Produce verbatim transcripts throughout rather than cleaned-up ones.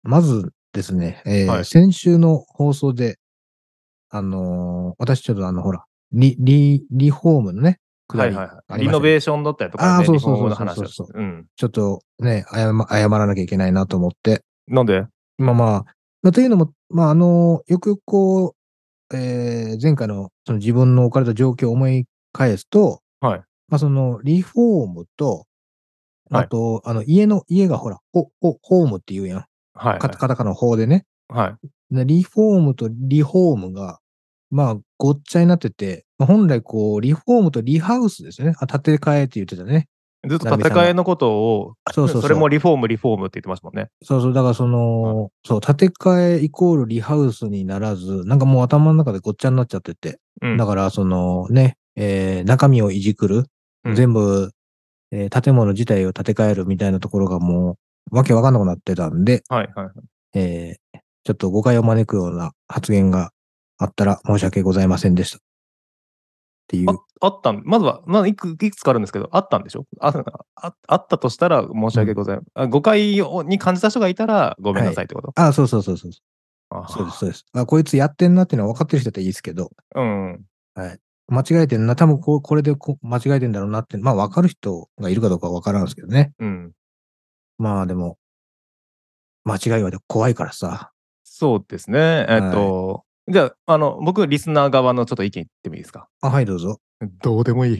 まずですね、えーはい先週の放送で、あのー私ちょっとあの、ほら、リ、リ、リフォームのね、くだりはいはいはい。 ありましたね。 リノベーションだったりとかああ、 ね、 そうリフォーそうそうそうムの話をしそうそう。 てうん。 ちょっとね、謝ま謝らなきゃいけないなと思って。 なんでまあまあ、まあ、というのも、まああのよくよくこう、えー前回のその自分の置かれた状況を思い返すと、 はい。 まあそのリフォームと、 はい。 あと、あの家の、家がほら、ホ、ホ、ホームって言うやん。 はいはい。 カタカタカナの方でね。 はい。 でリフォームとリフォームが、まあ、ごっちゃになってて、まあ、本来こう、リフォームとリハウスですよね。あ、建て替えって言ってたね。 ずっと建て成美さんが。 替えのことを、 そうそうそう。 それもリフォーム、リフォームって言ってましたもんね。 そうそう。だからそはい。 の、そう、建て替えイコールリハウスにならず、なんかもう頭の中でごっちゃになっちゃってて。 うん。 だからそのね、えー中身をいじくる。 うん。 全部、えー建物自体を建て替えるみたいなところがもう、わけわかんなくなってたんで、 はいはいはい。 えーちょっと誤解を招くような発言があったら申し訳ございませんでした。っていあう。 あったんまずは、まあ、いくいくつかあるんですけど、あったんでしょあああったとしたら申しうん。 訳ございません。あ誤解をに感じた人がいたらごめんはい。 なさいってことあ、そうそうそうそう。そうです、 あそうです。あ、こいつやってんなっていうのは分かってる人だったらいいですけど、 うん。 はい。間違えてんな、多分ここれでこ間違えてんだろうなって、まあ分かる人がいるかどうかは分からんですけどね。 うん。 まあでも、間違いは怖いからさ。 そうですね。えっはい。 と、じゃあ、あの、僕リスナー側のちょっと意見言ってもいいですか？ あ、はい、どうぞ。 どうでもいい。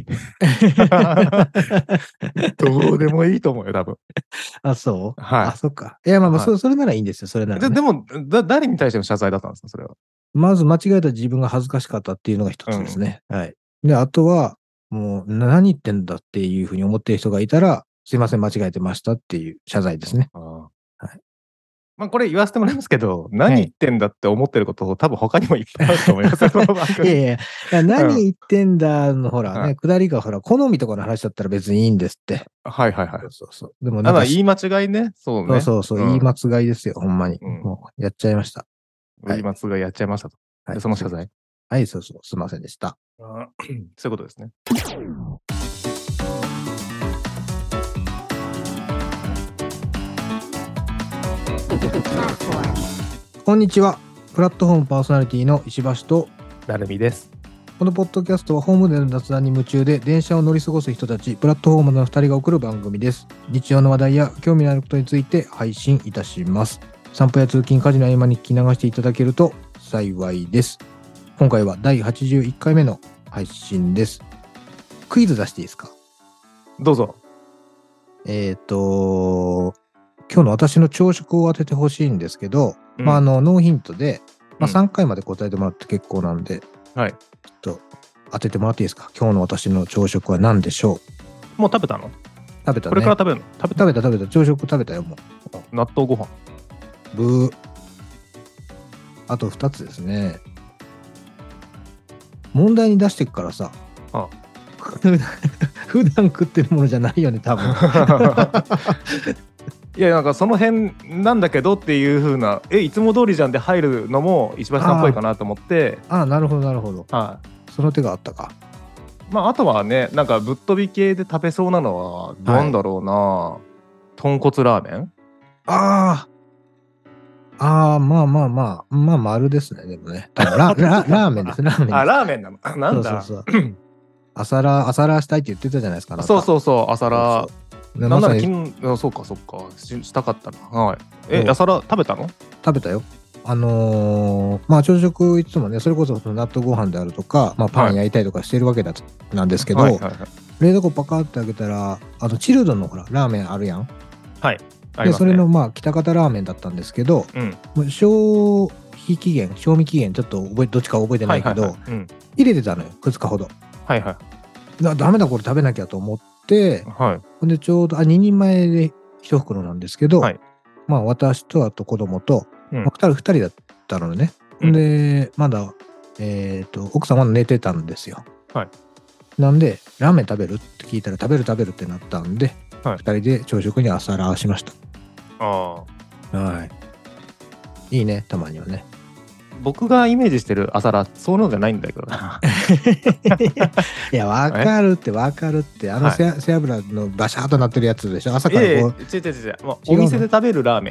どうでもいいと思うよ、多分。 あ、そうあ、 はい。 そっか。いや、まあまあ、 はい。 そそれならいいんですよ、それならででね。 も、だ誰に対しての謝罪だったんですか？それは。 まず間違えた自分が恥ずかしかったっていうのが一うん。 つですね。はい。で、あとは、もう何言ってんだっていうふうに思ってる人がいたら、すいません、間違えてましたっていう謝罪ですね。 ああ。 はい。 ま、これ言わせてもらいますけど、何はい。 言ってんだって思ってること多分他にもいっぱいあると思いますよ、この番組。 いやいや、いやうん。 何言ってんだの、ほらね、 はい。 下りがほら、好みとかの話だったら別にいいんですって。 はいはいはい。 そうそうそう。でもなあ、ま、 んかし、 言い間違いね。そうね。 そうそうそう、 うん。 言い間違いですよ、ほんまに。 うん。 もう、やっちゃいました。はい。 言い間違いやっちゃいましたと。で、 はい、 その謝罪。 そういうことです。はい、そうそう、すいませんでした。 ああ、そういうことですね。 こんにちは。プラットフォームパーソナリティの石橋と、 なるみです。 このポッドキャストはホームでの雑談に夢中で電車を乗り過ごす人たち、プラットフォームのふたりが送る番組です。日常の話題や興味のあることについて配信いたします。散歩や通勤、家事の合間に聞き流していただけると幸いです。今回はだいはちじゅういっかいめの配信です。クイズ出していいですか？ どうぞ。 えっ、と、今日の私の朝食を当ててほしいんですけど、 うん。 まあ、あの、ノーヒントで、まあ、 うん。 さんかいまで答えてもらって結構なんで、 はい。 ちょっと当ててもらっていいですか？今日の私の朝食は何でしょう？ もう食べたの？ 食べたね。 これから食べるの？食べた？ 食べた食べた。朝食食べたよ、も納豆ご飯。 う。ブー。あとふたつですね。問題に出してくからさ。 ああ。 普段食ってるものじゃないよね、多分。 いや、なんかその辺なんだけどっていう風な、え、いつも通りじゃんで入るのも石橋さんっぽいかなと思って、 ああ、なるほど、なるほど。 はその手があったか。 い。まあ、あとはね、なんかぶっ飛び系で食べそうなのはなんだろうな、豚骨ラーメン？ ああ。ああ、まあまあまあ、まあ丸ですね、でもね。多分ラララーメンです、ラーメンあ、 です。 ラーメンなの？なそんだ？ うそうそう。朝ラー、朝ラーしたいって言ってたじゃないですか、あなた。 そうそうそう、朝そうラそうでー。なんならまさに昨日、あそうかそうか、ししたかったな。はい。え、 そう朝ラー食べたの？ 食べたよ。あのーまあ朝食いつもね、それこそその納豆ご飯であるとか、まあパはい。 ン焼いたりとかしてるわけだとなんですけど、 はいはいはい。 冷蔵庫パカって開けたら、あのチルドのほら、ラーメンあるやん。 はい。あで、 りますね。 それのまあ北方ラーメンだったんですけど、 うん。 もう消費期限、賞味期限、ちょっと覚えどっちか覚えてないけど、 はいはいはい。うん。 入れてたのよ、ふつかほど。 はいはい。 なダメだ、これ食べなきゃと思って、 はい。 ほんでちょうど、あ、ににんまえでいち袋なんですけど、 はい。 まあ私とあと子供と、 うんまあ、ふたり、ふたりだったのね。 うんで、まだ、えっ、と、奥さんは寝てたんですよ。 はい。 なんで、ラーメン食べるって聞いたら、食べる食べるってなったんで、 はいふたりで朝食に朝ラーしましああ。 た。はい。いいね、たまにはね。 僕がイメージしてる朝ラー、そういうのじゃないんだけどな。 いや、わかるってわかるって、あのはい背,、背脂のバシャーとなってるやつでしょ。朝からこう、 いえいえ、違う違う違う。もう違うのお店で食べるラーメ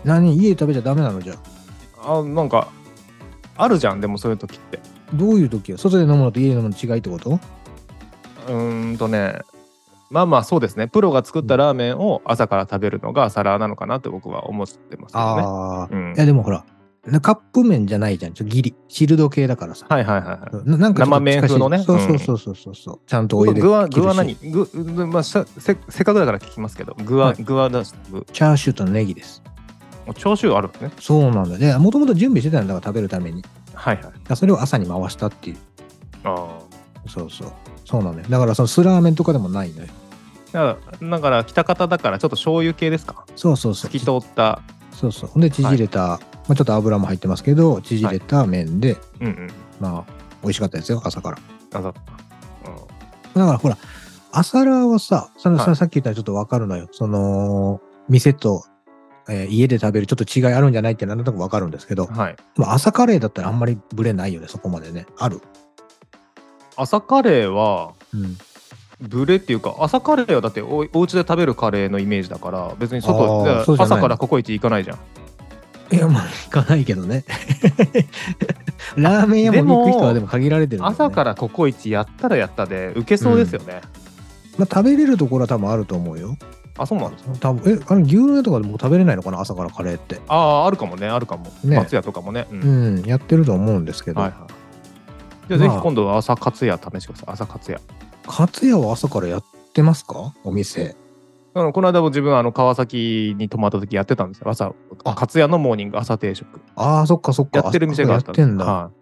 何、家で食べちゃダメなのじゃあ。 あ、なんかあるじゃん、でもそういう時って。 どういう時よ。外で飲むのと家で飲むの違いってこと？ うーんとね、まあまあそうですね。プロが作ったラーメンを朝から食べるのが朝ラーなのかなって僕は思ってますけどね。 ああ、 うん、 いやでもほら、カップ麺じゃないじゃん。ちょギリシルド系だからさ。 はいはいはいはい。 ななんかちょ生っと近しい。 麺風のね。 そうそうそうそうそうそう、うん。ちゃんとお湯で具は切るし。 具は何？具、まあ、せせっかくだから聞きますけど、具は、 はい、 具は出す具。 チャーシューとネギです。 チャーシューあるんですね。 そうなんだ。で、もともと準備してたんだから食べるために。 はいはい。 それを朝に回したっていう。 ああ。 そうそう。そうなんだよ。だからその酢ラーメンとかでもないのよ。 だから、だから北方だからちょっと醤油系ですか？ そうそうそう。 透き通った。 そうそう。で、縮れた、はい、まあ、ちょっと油も入ってますけど、縮れた麺で、はい、 うんうん。 まあ、美味しかったですよ、朝から。 朝、うん、だからほら、朝ラーはさ、その、はい、さっき言ったらちょっとわかるのよ。その、店と、えー、家で食べるちょっと違いあるんじゃないってなんとなくわかるんですけど、はい、朝カレーだったらあんまりブレないよね、そこまでね。ある？ 朝カレーは、 うん、 ブレっていうか、朝カレーはだって お, お家で食べるカレーのイメージだから、別に外で朝からココイチ行かないじゃん。 いや、まあ行かないけどね。ラーメン屋も行く人はでも限られてる、ね、 朝からココイチやったらやったで受けそうですよね。 うん、まあ食べれるところは多分あると思うよ。 あ、そうなんですか。 多分え、あの牛乳とかでも食べれないのかな、朝からカレーって。 ああ、あるかもね、あるかも。ね、松屋とかもね、 うん、うん、やってると思うんですけど。はいはい。 じゃあ、まあ、ぜひ今度は朝カツ屋試してください。朝カツ屋。 カツ屋は朝からやってますか？お店。 うん、この間も自分あの川崎に泊まった時やってたんですよ。朝カツ屋のモーニング朝定食。 ああ、そっかそっか。 やってる店があったんです。やってんだ。はい、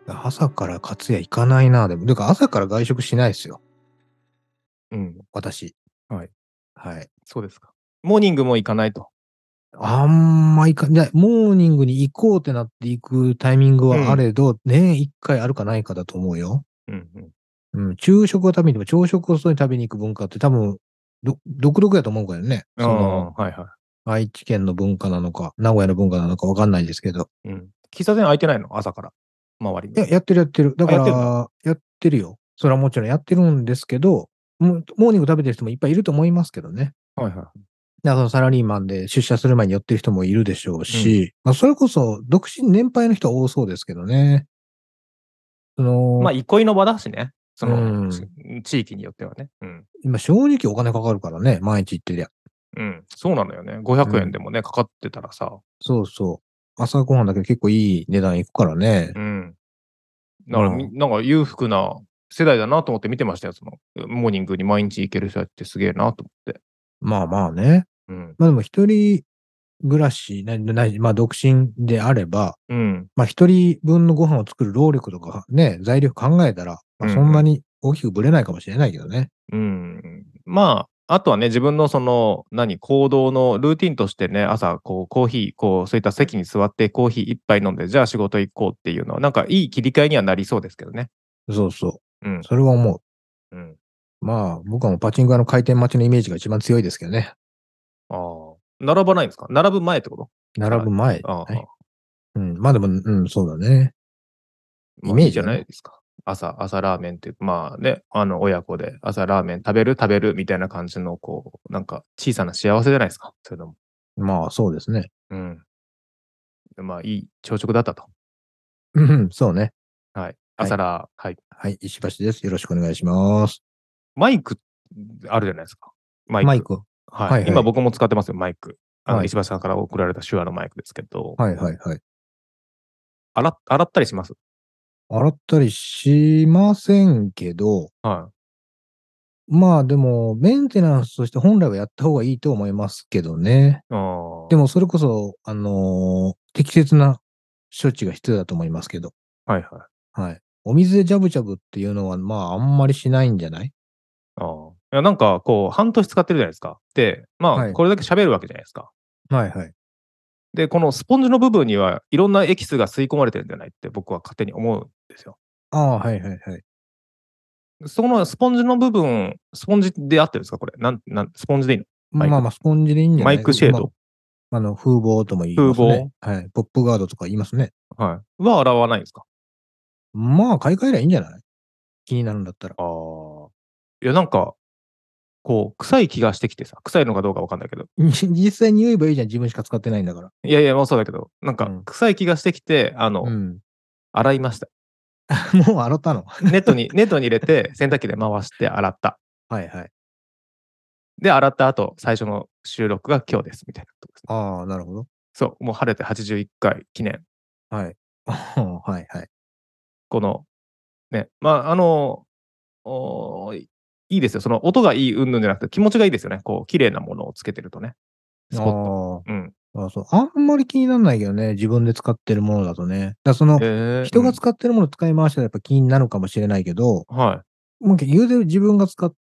朝からカツ屋行かないな。でも、てか朝から外食しないですよ。 うん。 私。 はい。 はい。 そうですか。モーニングも行かないと。 あんま行かない。モーニングに行こうってなって行くタイミングはあれど、うん、年一回あるかないかだと思うよ。うんうん。うん。昼食を食べに行く、朝食を外に食べに行く文化って多分、ど、独特やと思うからね。その、はいはい。愛知県の文化なのか、名古屋の文化なのか分かんないですけど。 うん。喫茶店空いてないの？朝から。周りに。 いや、やってるやってる。だから、やって、やってるよ。それはもちろんやってるんですけど、モーニング食べてる人もいっぱいいると思いますけどね。はいはい。だからそのサラリーマンで出社する前に寄ってる人もいるでしょうし、うん、まあそれこそ独身年配の人は多そうですけどね。 そのまあ憩いの場だしね。その、うん、地域によってはね。うん、 今正直お金かかるからね、毎日行ってりゃ。 うん、そうなのよね。ごひゃくえんでもね、うん、かかってたらさ。 そうそう。朝ごはんだけ結構いい値段いくからね。 うん。だから、まあ、なんか裕福な世代だなと思って見てましたよ。そのモーニングに毎日行ける人ってすげえなと思って。 まあまあね。うん、まあでも一人暮らし、ななまあ独身であれば、うん、まあ一人分のご飯を作る労力とかね、材料考えたら、まあ、そんなに大きくぶれないかもしれないけどね。 うん、うん、まあ、あとはね、自分のその、何、行動のルーティンとしてね、朝、こう、コーヒー、こう、そういった席に座ってコーヒー一杯飲んで、じゃあ仕事行こうっていうのは、なんかいい切り替えにはなりそうですけどね。 そうそう。うん。それは思う。うん。まあ、僕はもうパチンコ屋の開店待ちのイメージが一番強いですけどね。 ああ。並ばないんですか？並ぶ前ってこと？ 並ぶ前。ああ、はい。うん。まあでも、うん、そうだね。 イメージじゃないですか。朝、朝ラーメンっていう、まあね、あの、親子で朝ラーメン食べる食べるみたいな感じの、こう、なんか小さな幸せじゃないですか。それでも。 まあ、そうですね。 うん。まあ、いい朝食だったと。 うん、そうね。 はい。朝ラー、はい。 はい、石橋です。よろしくお願いします。 マイクあるじゃないですか。マイク。 マイク。 はい。はいはい、今僕も使ってますよ、マイク。あの、はい、石橋さんから送られた手話のマイクですけど。 はいはいはい。 洗、洗ったりします？ 洗ったりしませんけど、はい。まあでも、メンテナンスとして本来はやった方がいいと思いますけどね。あでもそれこそ、あのー、適切な処置が必要だと思いますけど。 はいはい。 はい。お水でジャブジャブっていうのは、まああんまりしないんじゃない？ ああ。いや、なんかこう、半年使ってるじゃないですか。で、まあ、はい、これだけ喋るわけじゃないですか。 はいはい。 で、このスポンジの部分にはいろんなエキスが吸い込まれてるんじゃないって僕は勝手に思うんですよ。 ああ、はいはいはい。 そのスポンジの部分、スポンジで合ってるんですかこれ？なん、なん、スポンジでいいの？ まあまあ、スポンジでいいんじゃない？ マイクシェード、 まあ、あの、風防とも言いますね。はい。ポップガードとか言いますね。 はい。は洗わないんですか？ まあ、買い替えりゃいいんじゃない？気になるんだったら。 ああ。いや、なんか、 こう、臭い気がしてきてさ、臭いのかどうかわかんないけど。 実際に言えばいいじゃん、自分しか使ってないんだから。 いやいや、もうそうだけど、なんかうん。 臭い気がしてきて、あの、 うん。 洗いました。 もう洗ったの？ ネットにネットに入れて、洗濯機で回して洗った。 はいはい。 で、洗った後、最初の収録が今日ですみたいなことですね。 ああ、なるほど。 そう、もう晴れてはちじゅういっかい記念。 はい。はいはい。 この、ね、まあ、あの、おいいですよ。その音がいい云々じゃなくて、気持ちがいいですよね。こう綺麗なものをつけてるとね。スポット。 あうん。 あ、あ、そう。あんまり気になんないけどね、自分で使ってるものだとね。だ、その、 ええ、うん。 人が使ってるもの使い回したらやっぱ気になるかもしれないけど、 はい。 もう言うて自分が使って、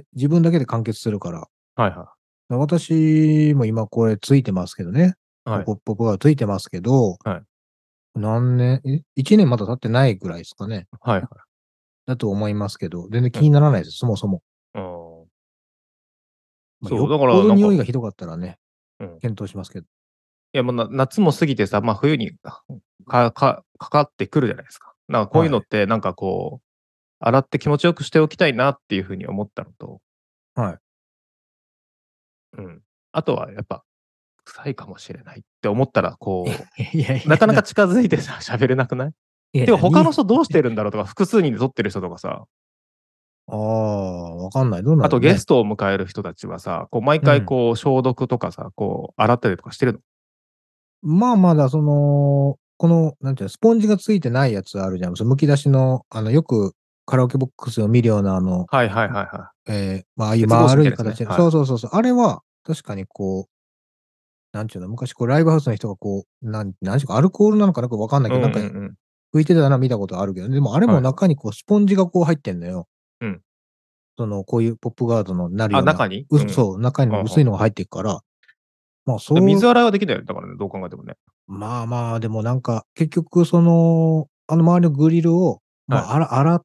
自分だけで完結するから。 はいは私も今これついてますけどね。 い。はい。 ポップアップがついてますけど、 はい。 何年、え、いちねんまだ経ってないぐらいですかね。 はいはい。 だと思いますけど、全然気にうん。 ならないです、そもそも。 ああ。 まあ、よそう、 っぽだからなんか、 ど匂いがひどかったらね、 うん。 検討しますけど。 いやもうな夏も過ぎてさ、ま、冬にかかかかってくるじゃないですか。なんかこういうはい。 のってなんかこう、洗って気持ちよくしておきたいなっていう風に思ったのと、 はい。 うん。あとはやっぱ臭いかもしれないって思ったら、こいやいう、なや、なかなか近づいてさ、喋れなくない？ いや、 てか他何の人どうしてるんだろうとか、複数人で撮ってる人とかさ、 ああ、わかんない。どうなんあだろうね。 とゲストを迎える人たちはさ、こう毎うん。 回こう消毒とかさ、こう洗ったりとかしてるの？ まあ、まだその、この、なんていうの、スポンジがついてないやつあるじゃん。その剥き出しの、あの、よくカラオケボックスを見るような、あの、 はいはいはいはええ、まあ、ああいい。 う鉄格子みたいなやつね。 丸い形で、 はい。 そうそうそうそう。あれは確かにこう、なんていうの、昔こうライブハウスの人がこう、なんなんていうか、アルコールなのかなんかわかんないうんけど、なんかうんうん。 拭いてたのは見たことあるけど、でもあれもはい。 中にこうスポンジがこう入ってんのよ。 うん。 その、こういうポップガードのなるあ、 ような、 中に？うん。 うそう、中にはあはあはあ。 薄いのが入ってっから、まあ、 で、 そう水洗いはできないよね、だからね、どう考えてもね。 まあまあ、でもなんか、結局その、あの周りのグリルを、まあ、 はい。 あら洗って、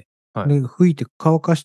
はい。 で、拭いて乾かして、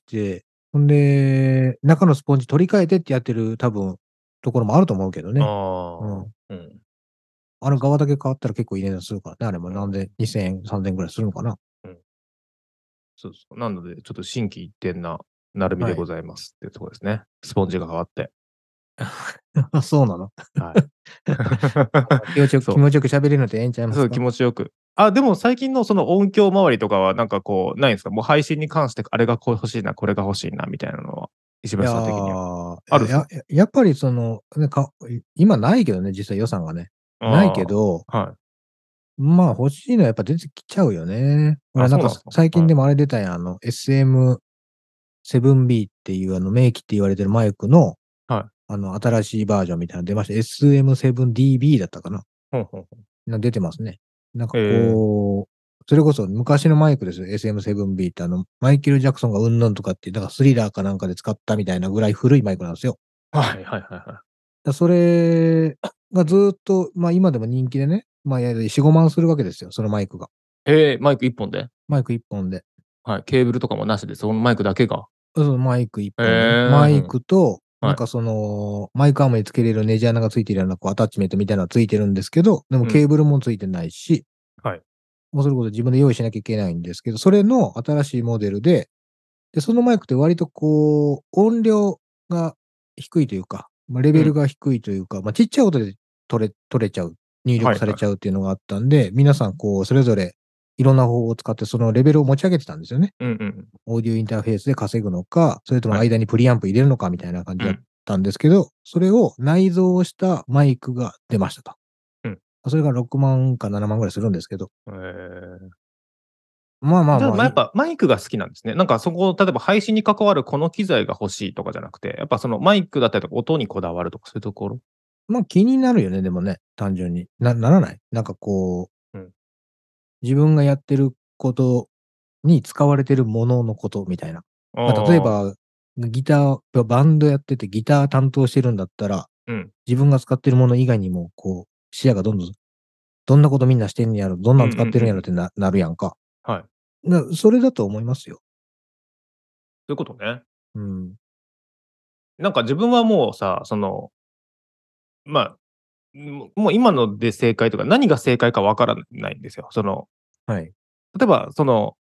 ほんで、中のスポンジ取り替えてってやってる多分、ところもあると思うけどね。うああ、 ん。 うん。 あの側だけ変わったら結構いい値段するからね、あれもうん。 なんでにせんえん、さんぜんえんぐらいするのかな。 うん。そうそう。なので、ちょっと心機一転ななるみではい。 ございますっていうところですね。スポンジが変わって。 あ、そうなの？ はい。 気持ちよく気そ持ちよく喋れるのってええんちゃいう。そう、気ますか？ 持ちよく。あ、でも最近のその音響周りとかはなんかこう、ないんですか？もう配信に関してあれがこう欲しいな、これが欲しいなみたいなのは、石いや橋さん的にはー、 あるんすか？ やややっぱりその、ね、か今ないけどね、実際予算がね。ないけあど、 あ、はい。 まあ、欲しいのはやっぱ出てきちゃうよね。ほあ、 ら、なんか、 そうなんすか？はい。 最近でもあれ出たやん、あの、エスエムセブンビー っていうあの、名機って言われてるマイクの、 はい。 あの、新しいバージョンみたいなの出ました。エスエムセブンディービー だったかな。 ほんほんほん。 な出てますね。なんかええ。 こう、それこそ昔のマイクですよ。エスエムセブンビー ってあの、マイケル・ジャクソンがうんぬんとかって、だからスリラーかなんかで使ったみたいなぐらい古いマイクなんですよ。 はいはいはいはい。 だそれがずーっと、まあ今でも人気でね、まあ、やよん、ごまんするわけですよ、そのマイクが。 ええ、マイク一本で？ マイクいっぽんで。 はい、ケーブルとかもなしで、そのマイクだけが？ そうそう、マイク一へ本でね。 え、 マイふん。 クと、なはい。 んかその、マイクアームにつけれるネジ穴がついてるようなこうアタッチメントみたいなのがついてるんですけど、でもうん。 ケーブルもついてないし、 はい。 もうそれこそ自分で用意しなきゃいけないんですけど、それの新しいモデルで、で、そのマイクって割とこう、音量が低いというか、まあ、レうん。 ベルが低いというか、まあ、ちっちゃい音で取れ取れちゃう、入力されちゃはいはい。 うっていうのがあったんで、皆さんこう、それぞれいろんな方法を使ってそのレベルを持ち上げてたんですよね。 うんうんうん。 オーディオインターフェースで稼ぐのか、それともはい。 間にプリアンプ入れるのかみたいな感じだっうん。 たんですけど、それを内蔵したマイクが出ましたと。 うん。 それがろくまんかななまんぐらいするんですけど、 へえ。 まあまあじゃあ、 まあ、 ま、やっいぱマイクが好きなんですね。なんかそこ、例えば配信に関わるこの機材が欲しいとかじゃなくて、やっぱそのマイクだったりとか音にこだわるとかそういうところ？ まあ気になるよね、でもね、単純に。なならない？なんかこう、 うん。 自分がやってることに使われてるもののことみたいな。 あまあ、例えあ、 ば、ギターババンドやっててギター担当してるんだったら、 うん。 自分が使ってるもの以外にも、こう、視野がどんどん、どんなことみんなしてんねやろ、どんうんうんなん使ってるんやろってうんうん。 ななるやんか。 はい。 な、それだと思いますよ。 そういうことね。 うん。 なんか自分はもうさ、その、まあ、ももう今ので正解とか、何が正解かわからないんですよ。その、 はい。 例えばその、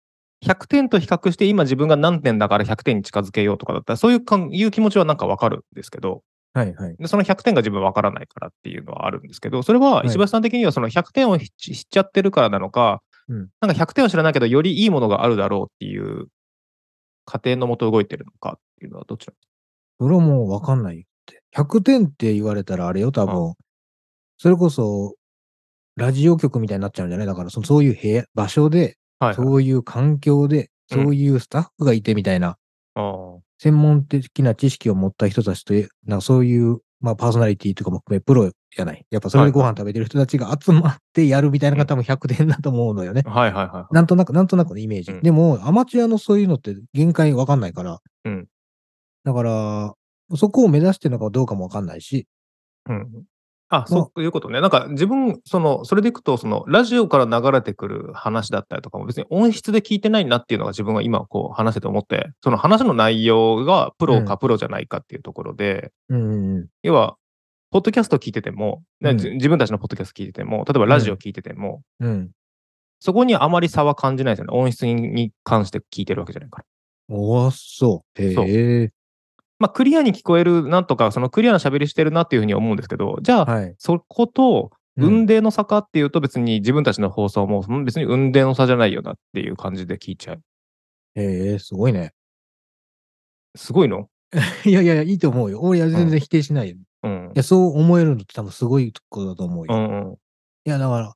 ひゃくてんと比較して今自分が何点だからひゃくてんに近づけようとかだったらそういうかんいう気持ちはなんかわかるんですけど、 はいはい。 でそのひゃくてんが自分わからないからっていうのはあるんですけど、それははい。 石橋さん的にはそのひゃくてんを知知っちゃってるからなのか、 うん。 なんかひゃくてんを知らないけどよりいいものがあるだろうっていう過程のもと動いてるのかっていうのはどちら？ それはもうわかんないって。ひゃくてんって言われたらあれよ、多あ、 分。それこそラジオ局みたいになっちゃうんじゃない？だからそのそういう部屋場所で、 はいはい。 そういう環境で、 うん。 そういうスタッフがいてみたいな、 ああ。 専門的な知識を持った人たちと、えなんかそういう、まあ、パーソナリティとかも含めプロやない。やっぱそれでごはいはい。 飯食べてる人たちが集まってやるみたいなのうん。 が多分ひゃくてんだと思うのよね。 はいはいはいはい。 なんとなくなんとなくのイメージ。 うん。 でも、アマチュアのそういうのって限界わかんないから、 うん。 だから、そこを目指してるのかどうかもわかんないし、 うん。あ、 まあ、 そういうことね。なんか自分、その、それでいくと、その、ラジオから流れてくる話だったりとかも別に音質で聞いてないなっていうのが自分は今こう話してて思って、その話の内容がプうん。 ロかプロじゃないかっていうところで、 うんうんうん。 要は、ポッドキャスト聞いてても、ね、じうん。 自分たちのポッドキャスト聞いてても、例えばラジオうん。 聞いてても、 うん。 そこにあまり差は感じないですよね。音質にに関して聞いてるわけじゃないから。 おお、そう。 そう。 へえ。 まあ、クリアに聞こえるなんとか、そのクリアな喋りしてるなっていう風に思うんですけど、じゃあ、 はい。 そことうん。 雲泥の差かっていうと、別に自分たちの放送も、ん、別に雲泥の差じゃないよなっていう感じで聞いちゃう。 へえ、すごいね。 すごいの？ いやいやいや、いいと思うよ。俺はうん。 全然否定しないよ。いうん。 や、そう思えるのって多分すごいことだと思うよ。 うんうん。 いや、だから、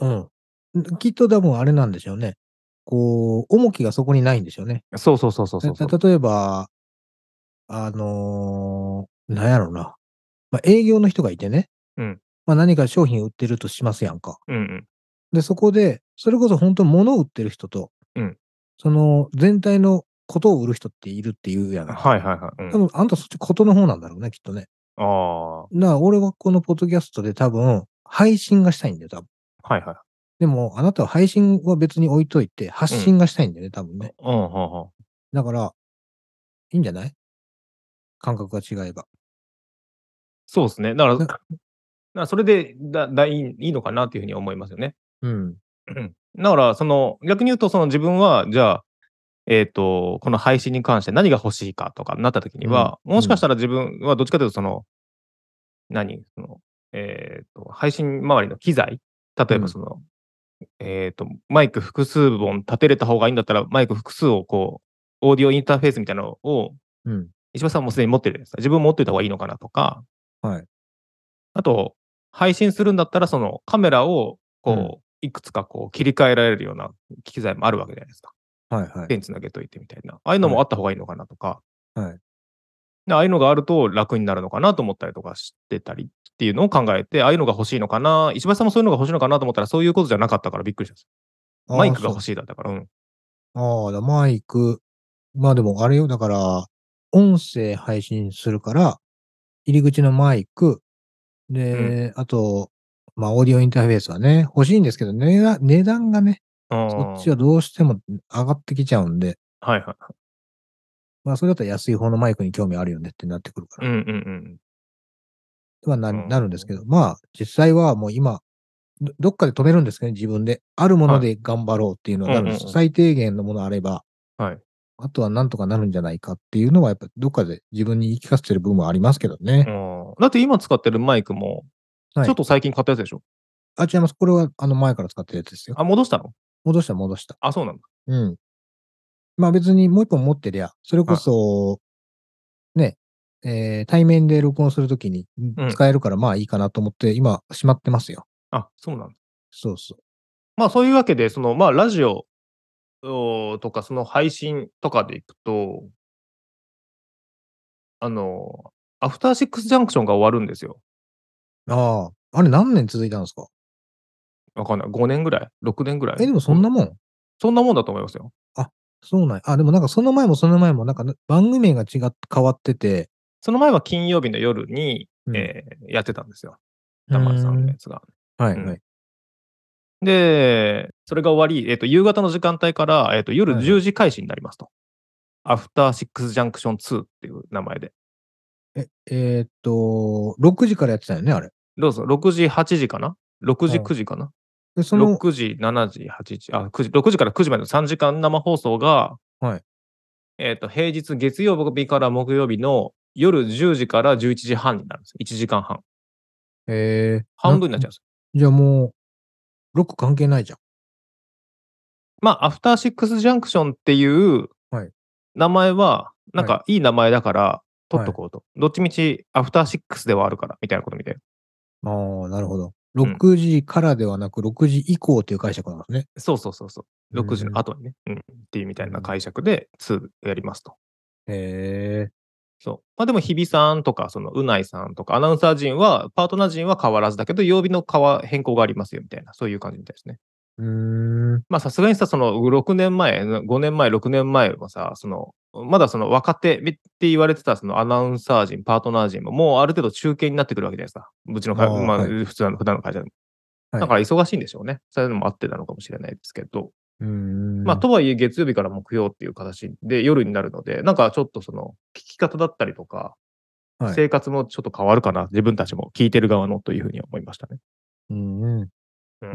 うん。ん、きっと多分あれなんでしょうね。こう、重きがそこにないんでしょうね。 そうそうそうそうそうそう。 たた例えば、あの、なんやろな、ま、営業の人がいてね、 うん。 ま、何か商品売ってるとしますやんか。 うんうん。 で、そこで、それこそほんと物を売ってる人と、 うん。 その全体のことを売る人っているって言うやない。 はいはいはい。うん。 多分あんたそっちことの方なんだろうね、きっとね。 ああ。 だから俺はこのポッドキャストで多分、配信がしたいんだよ、多分。 はいはい。 でも、あなたは配信は別に置いといて、発うん。 信がしたいんだよね、多分ね。 うん、はあはあ。 だから、いいんじゃない？感覚が違えば。 そうすね。だから、 ななそれで、だだいいいいのかなっていう風に思いますよね。 うん。 うん。だからその、逆に言うとその自分は、じゃあえっと、この配信に関して何が欲しいかとかなった時にうん。 は、もうん。 しかしたら自分はどっちかというとその、何、その、えっと、配信周りの機材、例うん。 えばその、えっと、マイク複数本立てれた方がいいんだったら、マイク複数をこう、オーディオインターフェースみたいなのを、 うん。 石橋さんもすでに持ってるじゃないですか。自分も持っておいた方がいいのかなとか、 はい。 あと、配信するんだったらそのカメラをうん。 こう、いくつかこう切り替えられるような機材もあるわけじゃないですか。 はいはい。 線繋げといてみたいな。ああいうのはい。 もあった方がいいのかなとか。 はい。 で、ああいうのがあると楽になるのかなと思ったりとかしてたりっていうのを考えて、ああいうのが欲しいのかな、石橋さんもそういうのが欲しいのかなと思ったら、そういうことじゃなかったからびっくりしたんです。マああ、 イクが欲そう。 しいだったから、うん。 ああ、だマイク、まあ、でもあれよ、だから、音声配信するから、入り口のマイク、 うん。 で、あと、まあ、オーディオインターフェースはね、欲しいんですけど、ねだ値段がね、 あそっちはあ、 どうしても上がってきちゃうんで、 はいはいはい。 まあ、それだったら安い方のマイクに興味あるよねってなってくるから。 うんうんうん。 はなうなるんですけど、 ん。 まあ、実際はもう今、どどっかで止めるんですけどね、自分で。あるものはい。 で頑張ろうっていうのはなるんですよ。 うんうんうん。 最低限のものあれば、 はい。 あとはなんとかなるんじゃないかっていうのはやっぱどっかで自分に言い聞かせてる部分はありますけどね。 ああ、だって今使ってるマイクも、 はい。 ちょっと最近買ったやつでしょ？ あ、違います。これはあの前から使ってるやつですよ。 あ、戻したの？ 戻した戻した。 あ、そうなんだ。 うん。まあ別にもう一本持ってりゃ、それこはい。 そ、ね、えー対面で録音するときに、ん、 うん。 使えるからまあいいかなと思って今しまってますよ。 あ、そうなんだ。 そうそう。 まあ、そういうわけで、その、まあ、ラジオおとか、その配信とかでいくと、あの、アフターシックスジャンクションが終わるんですよ。 ああ、あれ何年続いたんですか？ わかんない。ごねんぐらい？ろくねんぐらえ、 い？ でもそごんなもん？ そんなもんだと思いますよ。 あ、そうなんや。あ、でもなんかその前もその前もなんか、な番組名が違っ変わってて、 その前は金曜日の夜に、 うん。 えーやってたんですよ。 うー田丸さんのん。 やつが。うん。 はいはい。 で、それが終わり、えっと、夕方の時間帯から、えっと、夜10 はいはい。 時開始になりますと。アフターシックスジャンクションツーっていう名前で。 え、えーっと、ろくじからやってたよね、あれ。 どうぞ、ろくじ、はちじかな？ ろく 時、 うん。 くじかな？ で、その、 ろくじ、しちじ、はちじ、あ、くじ、ろくじからくじまでのさんじかん生放送が、 はい。 えっと、平日月曜日から木曜日の夜じゅうじからじゅういちじはんになるんですよ。いちじかんはん。 えー、な半分になっちゃうんですよ。 じゃあもう、ロック関係ないじゃん。 まあ、アフターシックスジャンクションっていうはい。 名前は、なんはい。 かいい名前だから取っはい。 とこうと。どっちみちアフターシックスではあるから、みたいなことみたい。 ああ、なるほど。 うん。 ろくじからではなく、ろくじ以降っていう解釈なんですね。 そうそうそうそう。ろくじのうん。 後にね、うん、っていうみたいなうん。 解釈でにやりますと。 へえ。 そう。まあでも日比さんとか、そのうないさんとか、アナウンサー陣は、パートナー陣は変わらずだけど、曜日の変わ変更がありますよみたいな、そういう感じみたいですね。 うーん。 まあさすがにさ、そのろくねんまえ、ごねんまえ、ろくねんまえはさ、その、まだその若手って言われてたそのアナウンサー陣、パートナー陣ももうある程度中堅になってくるわけじゃないですか。うちのか、 ああ、 まあはい。 普通の普段の会社でも。 はい。 だから忙しいんでしょうね。そういうのもあってなのかもしれないですけど。 うーまあ、 ん。 とはいえ月曜日から木曜っていう形で夜になるので、なんかちょっとその聞き方だったりとか、 はい。 生活もちょっと変わるかな、自分たちも聞いてる側のというふうに思いましたね。 うんうん。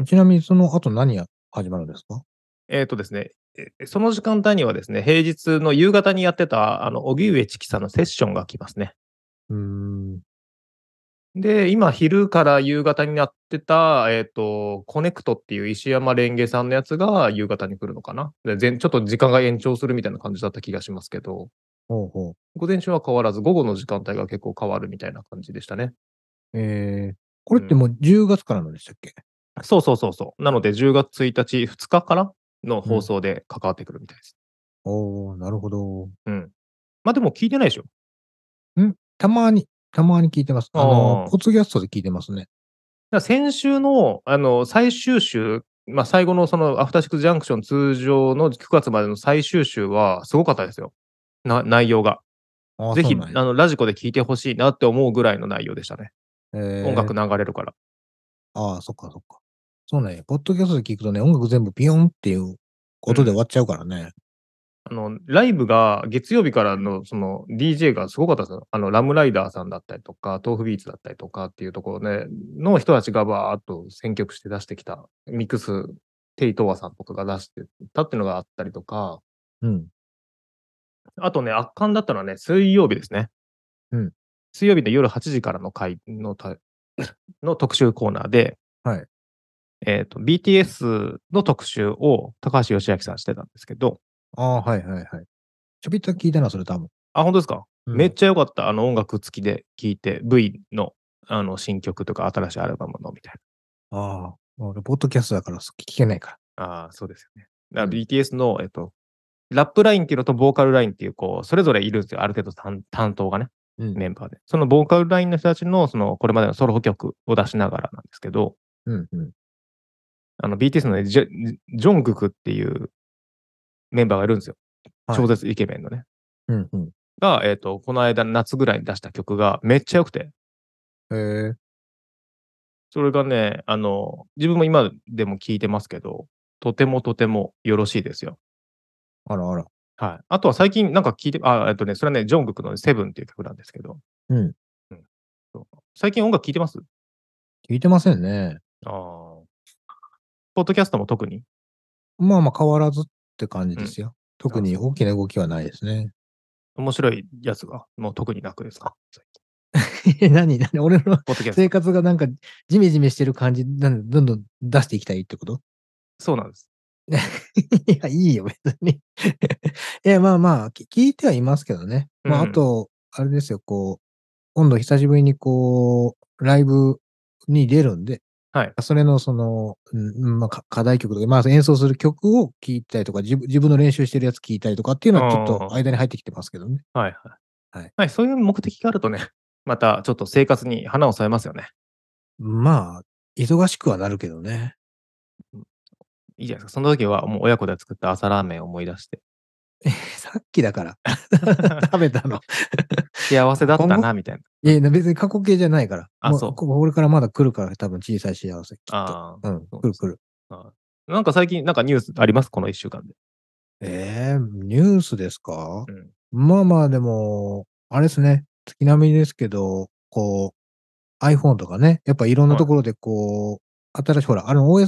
うん。 ちなみにその後何や始まるんですか？ えっとですね、え、その時間帯にはですね、平日の夕方にやってた、あの、荻上チキさんのセッションが来ますね。 うーん。 で、今昼から夕方になってた、えっと、コネクトっていう石山レンゲさんのやつが夕方に来るのかな。で、ぜんちょっと時間が延長するみたいな感じだった気がしますけど、 ほうほう。 午前中は変わらず、午後の時間帯が結構変わるみたいな感じでしたね。 えー、こうん。 れってもうじゅうがつからなんでしたっけ？ そうそうそうそう。なのでじゅうがつついたち、ふつかかからのうん。 放送で関わってくるみたいです。 おー、なるほど。 うん。ま、でも聞いてないでしょ？ ん、たまに、たまに聞いてます。あの、 ああ。 ポッドキャストで聞いてますね。 だ、先週の、あの、最終週、ま、最後のそのアフターシックスジャンクション通常のくがつまでの最終週はすごかったですよ。な内容が。 ああ、 ぜひ、 そうなんや。 あの、ラジコで聞いて欲しいなって思うぐらいの内容でしたね。 え音楽ー、 流れるから。 ああ、そっかそっか。そうなんや。ポッドキャストで聞くとね、音楽全部ピヨンっていううん。 音で終わっちゃうからね。 あの、ライブが月曜日からのその ディージェー がすごかったですよ。あの、ラムライダーさんだったりとか、豆腐ビーツだったりとかっていうところねの人たちがバーっと選曲して出してきたミックス、テイトワさんとかが出してたっていうのがあったりとか、 うん。 あとね、圧巻だったのはね、水曜日ですね。 うん。 水曜日の夜はちじからの回のたの特集コーナーで、 はい。 えっと、ビーティーエス の特集を高橋義明さんしてたんですけど、 ああ、はいはいはい。ちょびっと聞いたな、それ多分。 あ、ほんとですか？めっうん。 ちゃ良かった。あの、音楽付きで聴いて、V の、あの、新曲とか新しいアルバムのみたいああ、俺、ポッドキャストだから聞けないから。 な。ああ、そうですよね。だからうん。 ビーティーエス の、えっと、ラップラインっていうのとボーカルラインっていう、こう、それぞれいるんすよ、ある程度担担当がね、 うん。 メンバーで。そのボーカルラインの人たちの、その、これまでのソロ曲を出しながらなんですけど、 うん、うん。 あの、ビーティーエス のね、ジョジョングクっていうメンバーがいるんすよ。 はい。 超絶イケメンのね。 うん、うん。 が、えっと、この間夏ぐらいに出した曲がめっちゃ良くて、 へえ、 それがね、あの、自分も今でも聴いてますけど、とてもとてもよろしいですよ。 あらあら。 はい。あとは最近なんか聴いてあ、えっとね、それはね、ジョングクのセブンっていう曲なんですけど、 うん。 うん。そう。最近音楽聴いてます？ 聞いてませんね。 ああ。ポッドキャストも特に？ まあまあ変わらずって感じうん。 ですよ。特あ、 にそう。 大きな動きはないですね。 面白いやつが、もう特になくですか？最近。 え、何何俺のポッドキャス生ト。 活がなんかジメジメしてる感じ、なんどんどん出していきたいってこと？ そうなんです。 いや、いいよ、別に。いや、まあまあ、き聞いてはいますけどね。まあ、あうん。 と、あれですよ、こう、今度久しぶりにこう、ライブに出るんで、 はい。 それのその、うん、まあ、か課題曲とか、まあ、演奏する曲を聴いたりとか、自分自分の練習してるやつ聴いたりとかっていうのあはちょっとあ、 間に入ってきてますけどね。 はいはい。 はい。 はい、そういう目的があるとね、またちょっと生活に花を添えますよね。 まあ、忙しくはなるけどね。 うん。いいじゃないですか。その時はもう親子で作った朝ラーメンを思い出して。 さっきだから。食べたの。 幸せだっ今後たなみたいな。うん。 いやいや、別に過去形じゃないから。 あ、 もう、 そう。 ここれからまだ来るから、多分小さい幸せ、きっと。 ああ、 うん、 そうですね。 来る来る。 はい。なんか最近なんかニュースあります？このいっしゅうかんで。 ええ、ニュースですか？ うん。 まあまあ、でも、あれですね、月並みですけど、こう、iPhone とかね、やっぱいろんなはい。 ところでこう、新しいほら、あの オーエス のアッ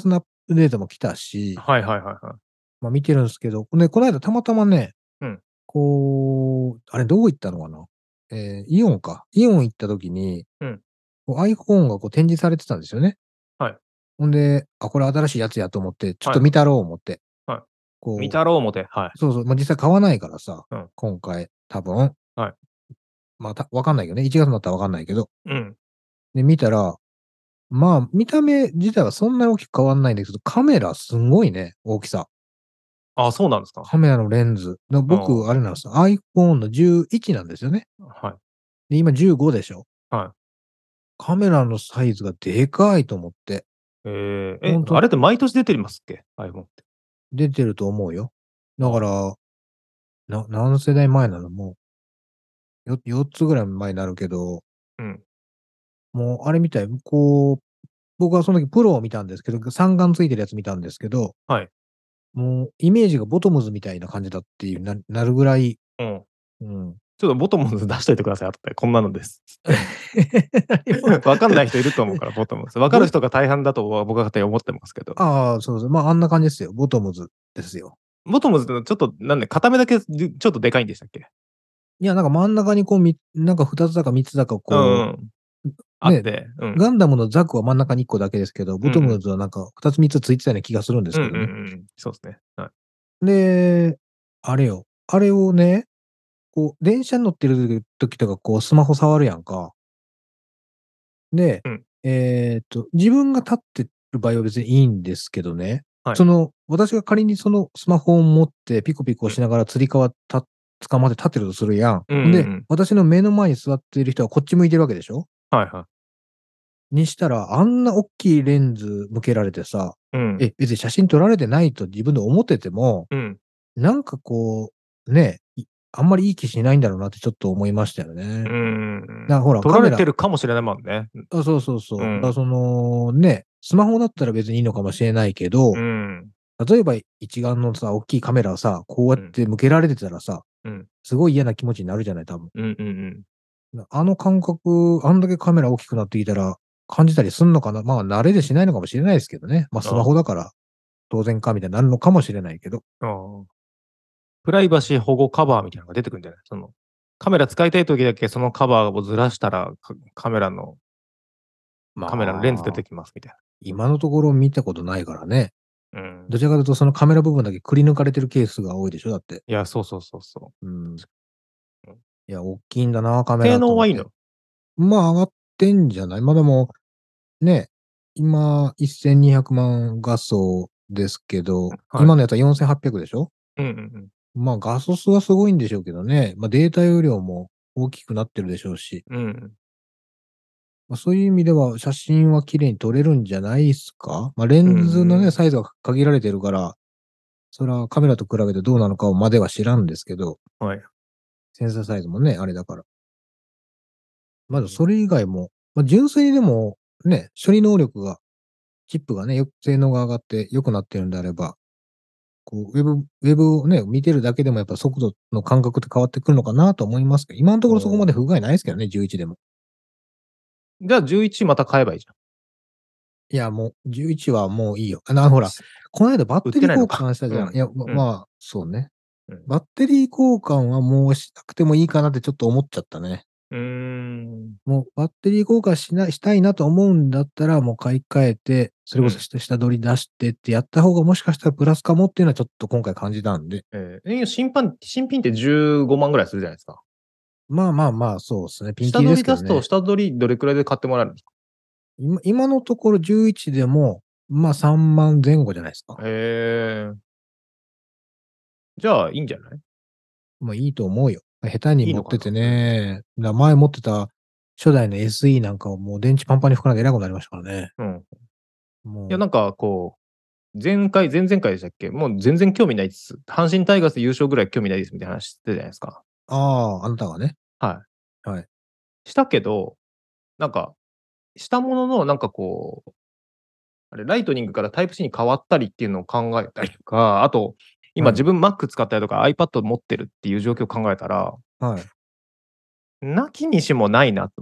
データも来たし、 はいはいはいはい。 まあ見てるんですけど、で、この間たまたまね、 うん。 こう、あれどこ行ったのかな？えーイオンか。イオン行った時に、 うん。 こう iPhone がこう展示されてたんですよね。 はい。 ほんで、あ、これ新しいやつやと思って、ちょっはいはい。 と見たろう思って。 はい。見こたろう思て、はい。 う、そうそう、ま、実際買わないからさ、 うん。 今回、多分。 はい。 まあ、たわかんないけどね、いちがつになったらわかんないけど。 うん。 で、見たら、まあ、見た目自体はそんなに大きく変わんないんだけど、カメラすんごいね、大きさ。 あ、そうなんですか。 カメラのレンズ。だああ、 僕、あれなんですよ、iPhone のじゅういちなんですよね。 はい。 で、今じゅうごでしょ。 はい。 カメラのサイズがでかいと思って。 ええ、え、 ほんとあれって毎年出てますっけ？iPhone って。 出てると思うよ。だかああ。 ら、な何世代前なの？もう、よよっつぐらい前になるけど、 うん。 もうあれみたい、こう、僕はその時プロを見たんですけど、三眼ついてるやつ見たんですけど、 はい。 もうイメージがボトムズみたいな感じだっていうななるぐらい、 うん。 うん。 ちょっとボトムズ出しといてください、後で。こんなのですつって。 何ボトわかんない人いると思うから、ボトムズ。わかるボ人が大半だとは僕は勝手に思ってますけど。 ああ、そうそう、まあ、あんな感じですよ。ボトムズですよ。 ボトムズってちょっとなんで、片目だけじちょっとでかいんでしたっけ？ いや、なんか真ん中にこうみなんかふたつだかみっつだかうんこうん。 う、ね、 あって、うん。 ガンダムのザクは真ん中にいっこだけですけど、ボトムうんうん。 ズはなんかふたつみっつついてたような気がするんですうんうんうけどね。 ん。そうですね。はい。 で、あれよ、あれをね、こう電車に乗ってる時とかこうスマホ触るやんか。で、 うん。 えっと、自分が立ってる場合は別にいいんですけどね、 はい。 その、私が仮にそのスマホを持ってピコピコうん。 しながらつり革た捕まって立ってるとするやん。 うんうんほんで、 うん。 私の目の前に座っている人はこっち向いてるわけでしょ？ はいはい。 にしたら、あんなおっきいレンズ向けられてさ、 うん。 え、別に写真撮られてないと自分で思ってても、 うん。 なんかこう、ね、いあんまりいい気しないんだろうなってちょっと思いましたようね。 んうん。 だからほら、 取られカメラてるかもしれないもんね。 あ、そうそうそう。だからうん。 その、ね、スマホだったら別にいいのかもしれないけうど、 ん。 例えば一眼のさ、大きいカメラをさ、こうやっうん。 て向けられてたらさ、 うん。 すごい嫌な気持ちになるじゃない、多分。 うんうんうん。 なあの感覚、あんだけカメラ大きくなってきたら、感じたりすんのかな。まあ、慣れでしないのかもしれないですけどね。まあ、スマホあだから当然かみたいになるのかもしれないけど。 あ、ああ。プライバシー保護カバーみたいなのが出てくるんじゃない？その、カメラ使いたい時だけそのカバーをずらしたら、カカメラのカメラのレンズ出まあ、 てきますみたい今のところ見たことないからね。 な。うん。 どちらかというとそのカメラ部分だけくり抜かれてるケースが多いでしょ、だって。 いや、そうそうそうそう。 うん。 うん。 いや、大きいんだな、カメ性ラと思って。 能はいいの？ まあ、上がってんじゃない？ま、でも、ね、今せんにひゃくまん画素ですけど、 はい。 今のやつはよんせんはっぴゃくでしょ？ うんうんうん。 まあ、画素数はすごいんでしょうけどね。ま、データ容量も大きくなってるでしょうし、 うん。 ま、そういう意味では写真は綺麗に撮れるんじゃないすか？ま、レうーンズのね、 ん。 サイズが限られてるから、それはカメラと比べてどうなのかまでは知らんですけど、 はい。 センサーサイズもね、あれだから。まうん。 だそれ以外も、ま、純粋にでも、ね、処理能力が、チップがね、よ性能が上がって良くなってるんであれば、こう、ウェブウェブをね、見てるだけでもやっぱ速度の感覚って変わってくるのかなと思いますけど、今のところそこまで不具合ないですけどね、じゅういちでも。 じゃあじゅういちまた買えばいいじゃん。 いや、もうじゅういちはもういいよ。あの、ほら、 すこの間バッ売っテリー交てないのか。 換したじゃん。いうん。 や、まうん。 まあ、そうね。 うん。 バッテリー交換はもうしなくてもいいかなってちょっと思っちゃったね。 うーん。 もうバッテリー交換しないしたいなと思うんだったら、もう買い替えて、それこそうん。 下下取り出してってやった方がもしかしたらプラスかもっていうのはちょっと今回感じたんで。 ええ、え、新パン新品ってじゅうごまんぐらいするじゃないですか。 まあまあまあ、そうですね。ピンキリで下取り出すと、 すけどね。 下取りどれくらいで買ってもらえるんですか？ 今今のところじゅういちでも、まあさんまんぜん後じゃないですか。 へえ。じゃあ、いいんじゃない？ まあいいと思うよ。下手にいいのかな？ 持っててうん。 ね、な前持ってた初代の エスイー なんかはもう電池パンパンに膨らんでえらいことになりましたからね。 うん。いや、 もう、 なんかこう、前回前々回でしたっけ、もう全然興味ないです。阪神タイガース優勝ぐらい興味ないですみたいな話してたじゃないですか。 ああ、あなたがね。 ははい。 い。したけど、なんか、したものの、なんかこう、あれ、ライトニングからタイプ C に変わったりっていうのを考えたりとか、あと、今はい。 自分 Mac 使ったりとか iPad 持ってるっていう状況を考えたら、 はい。 なきにしもないなと思って。